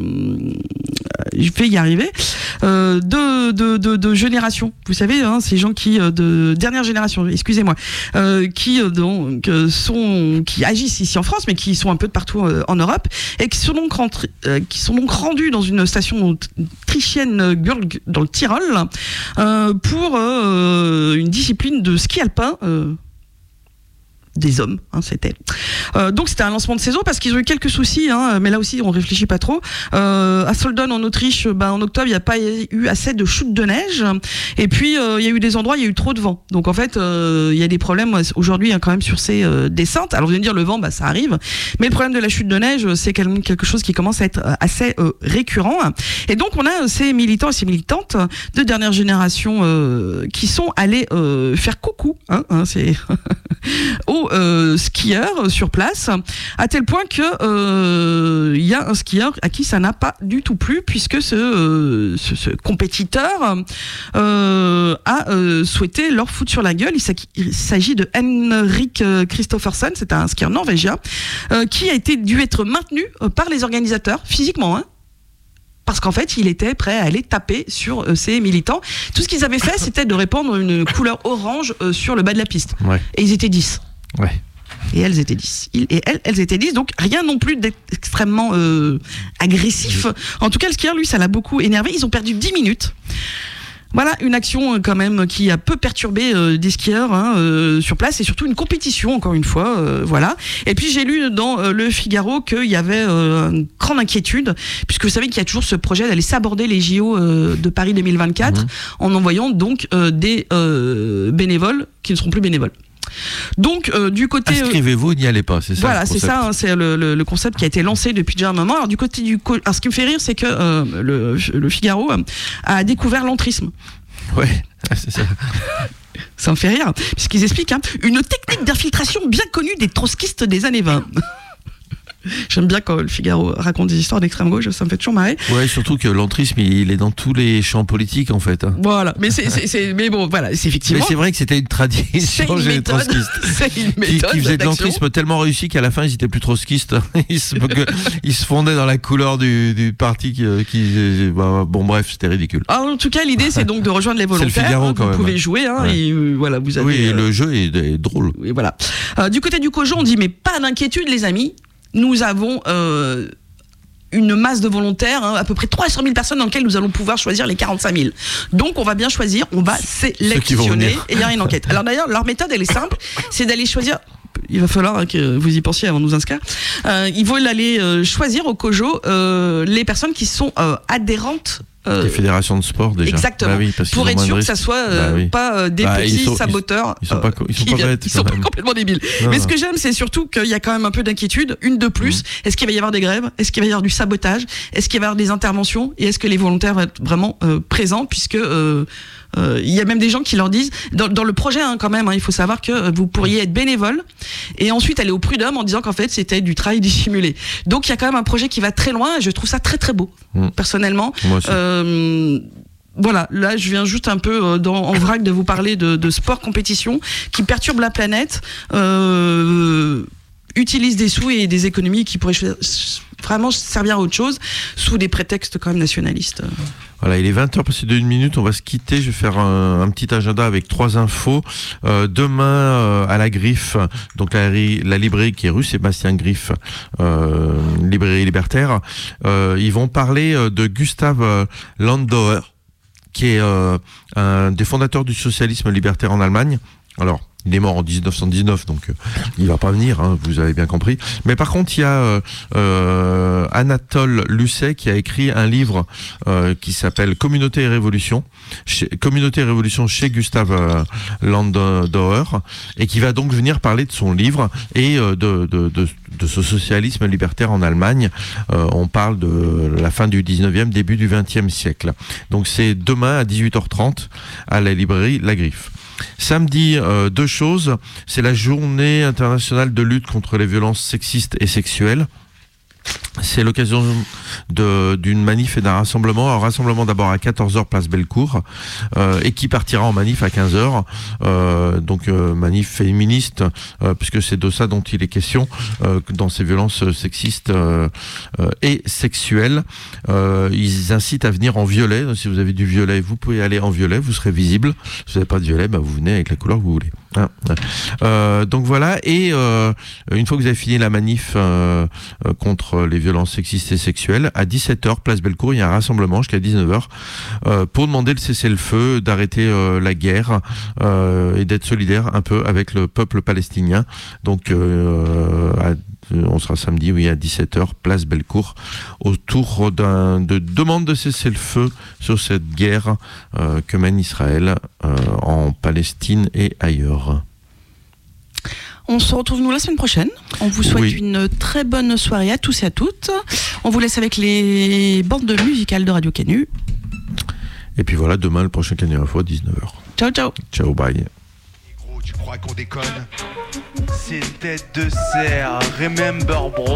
je vais y arriver euh, de, de de de génération. Vous savez, hein, ces gens qui euh, de dernière génération, excusez-moi, euh, qui euh, donc euh, sont qui agissent ici en France, mais qui sont un peu de partout euh, en Europe et qui sont donc rentrés, euh, qui sont donc rendus dans une station autrichienne Gurg dans le Tyrol euh, pour euh, une discipline de ski alpin. Euh, des hommes, hein, c'était. Euh, donc c'était un lancement de saison parce qu'ils ont eu quelques soucis, hein, mais là aussi on réfléchit pas trop. Euh, à Soldon en Autriche, ben, en octobre il n'y a pas eu assez de chutes de neige, et puis euh, il y a eu des endroits il y a eu trop de vent. Donc en fait euh, il y a des problèmes aujourd'hui hein, quand même sur ces euh, descentes. Alors vous allez me dire le vent, bah ça arrive, mais le problème de la chute de neige c'est quelque chose qui commence à être assez euh, récurrent. Et donc on a ces militants et ces militantes de dernière génération euh, qui sont allés euh, faire coucou, hein, hein, c'est aux euh, skieurs sur place, à tel point que il euh, y a un skieur à qui ça n'a pas du tout plu, puisque ce, euh, ce, ce compétiteur euh, a euh, souhaité leur foutre sur la gueule. Il s'agit de Henrik Kristoffersen, c'est un skieur norvégien euh, qui a été dû être maintenu par les organisateurs physiquement, hein, parce qu'en fait, il était prêt à aller taper sur euh, ces militants. Tout ce qu'ils avaient fait, c'était de répandre une couleur orange euh, sur le bas de la piste. Ouais. Et ils étaient dix. Ouais. Et elles étaient dix. Ils et elles, elles étaient dix. Donc, rien non plus d'extrêmement euh, agressif. En tout cas, le skieur, lui, ça l'a beaucoup énervé. Ils ont perdu dix minutes. Voilà, une action euh, quand même qui a peu perturbé euh, des skieurs hein, euh, sur place et surtout une compétition encore une fois, euh, voilà. Et puis j'ai lu dans euh, le Figaro qu'il y avait euh, une grande inquiétude puisque vous savez qu'il y a toujours ce projet d'aller saborder les J O euh, de Paris deux mille vingt-quatre mmh. en envoyant donc euh, des euh, bénévoles qui ne seront plus bénévoles. Donc euh, du côté inscrivez-vous, n'y allez pas, c'est ça. Voilà, c'est ça, hein, c'est le, le, le concept qui a été lancé depuis déjà un moment. Alors du côté du, co- alors ce qui me fait rire, c'est que euh, le, le Figaro a découvert l'entrisme. Ouais, c'est ça. Ça me fait rire, puisqu'ils expliquent hein, une technique d'infiltration bien connue des trotskistes des années vingt. J'aime bien quand le Figaro raconte des histoires d'extrême gauche, ça me fait toujours marrer. Ouais, surtout que l'entrisme, il est dans tous les champs politiques en fait. Hein. Voilà, mais c'est, c'est, c'est mais bon, voilà, c'est effectivement. Mais c'est vrai que c'était une tradition c'est une chez méthode, les trotskistes. C'est une méthode qui, qui faisait de d'action. l'entrisme tellement réussi qu'à la fin ils étaient plus trotskistes. Ils se, ils se fondaient dans la couleur du, du parti qui, qui bah, bon bref, c'était ridicule. Alors, en tout cas, l'idée c'est donc de rejoindre les volontaires. C'est le Figaro, hein, quand vous même. pouvez jouer, hein, ouais. et euh, voilà, vous avez. Oui, et euh, le jeu est, est drôle. Et voilà. Euh, du côté du COJO, on dit mais pas d'inquiétude les amis. Nous avons euh, une masse de volontaires, hein, à peu près trois cent mille personnes dans lesquelles nous allons pouvoir choisir les quarante-cinq mille. Donc on va bien choisir, on va sélectionner et il y a une enquête. Alors d'ailleurs, leur méthode elle est simple, c'est d'aller choisir. Il va falloir hein, que vous y pensiez avant de nous inscrire. Euh, ils vont aller euh, choisir au COJO euh, les personnes qui sont euh, adhérentes. Euh, des fédérations de sport déjà. Exactement. Bah oui, parce pour être sûr que ça soit euh, bah oui. pas euh, des bah, petits ils sont, saboteurs. Ils, ils sont pas, ils sont qui, pas bêtes. Ils sont pas complètement débiles. Non, Mais non. ce que j'aime, c'est surtout qu'il y a quand même un peu d'inquiétude, une de plus. Mmh. Est-ce qu'il va y avoir des grèves ? Est-ce qu'il va y avoir du sabotage ? Est-ce qu'il va y avoir des interventions ? Et est-ce que les volontaires vont être vraiment euh, présents ? Puisque euh, euh, il y a même des gens qui leur disent, dans, dans le projet hein, quand même, hein, il faut savoir que euh, vous pourriez être bénévole et ensuite aller au prud'homme en disant qu'en fait c'était du travail dissimulé. Donc il y a quand même un projet qui va très loin et je trouve ça très très beau, mmh. personnellement. Moi aussi. Euh, Voilà, là je viens juste un peu dans, en vrac de vous parler de, de sport compétition qui perturbe la planète, euh, utilise des sous et des économies qui pourraient vraiment servir à autre chose sous des prétextes quand même nationalistes. Voilà, il est vingt heures passé d'une minute, on va se quitter, je vais faire un, un petit agenda avec trois infos. Euh, demain, euh, à la Griffe, donc la, la librairie qui est rue Sébastien Griffe, euh, librairie libertaire, euh, ils vont parler de Gustav Landauer, qui est euh, un des fondateurs du socialisme libertaire en Allemagne. Alors, il est mort en dix-neuf cent dix-neuf, donc euh, il va pas venir, hein, vous avez bien compris. Mais par contre, il y a euh, euh, Anatole Lucet qui a écrit un livre euh, qui s'appelle Communauté et Révolution, chez, Communauté et Révolution chez Gustav euh, Landauer, et qui va donc venir parler de son livre et euh, de, de, de, de ce socialisme libertaire en Allemagne. Euh, on parle de la fin du dix-neuvième, début du vingtième siècle. Donc c'est demain à dix-huit heures trente à la librairie La Griffe. Samedi, euh, deux choses. C'est la journée internationale de lutte contre les violences sexistes et sexuelles. C'est l'occasion de, d'une manif et d'un rassemblement. Un rassemblement d'abord à quatorze heures place Bellecour euh, et qui partira en manif à quinze heures. Euh, donc euh, manif féministe euh, puisque c'est de ça dont il est question euh, dans ces violences sexistes euh, euh, et sexuelles. Euh, ils incitent à venir en violet. Si vous avez du violet, vous pouvez aller en violet, vous serez visible. Si vous n'avez pas de violet, bah, vous venez avec la couleur que vous voulez. Hein. Euh, donc voilà. Et euh, une fois que vous avez fini la manif euh, euh, contre les violences sexistes et sexuelles, à dix-sept heures, place Bellecour, il y a un rassemblement jusqu'à dix-neuf heures euh, pour demander le cessez-le-feu, d'arrêter euh, la guerre euh, et d'être solidaire un peu avec le peuple palestinien. Donc euh, à, on sera samedi, oui, à dix-sept heures, place Bellecour, autour d'un, de demande de cessez-le-feu sur cette guerre euh, que mène Israël euh, en Palestine et ailleurs. On se retrouve nous la semaine prochaine. On vous souhaite oui. une très bonne soirée à tous et à toutes. On vous laisse avec les bandes musicales de Radio Canu. Et puis voilà, demain le prochain Canu Info à dix-neuf heures. Ciao ciao. Ciao, bye. Gros, tu crois qu'on déconne? C'est tête de serre, remember bro.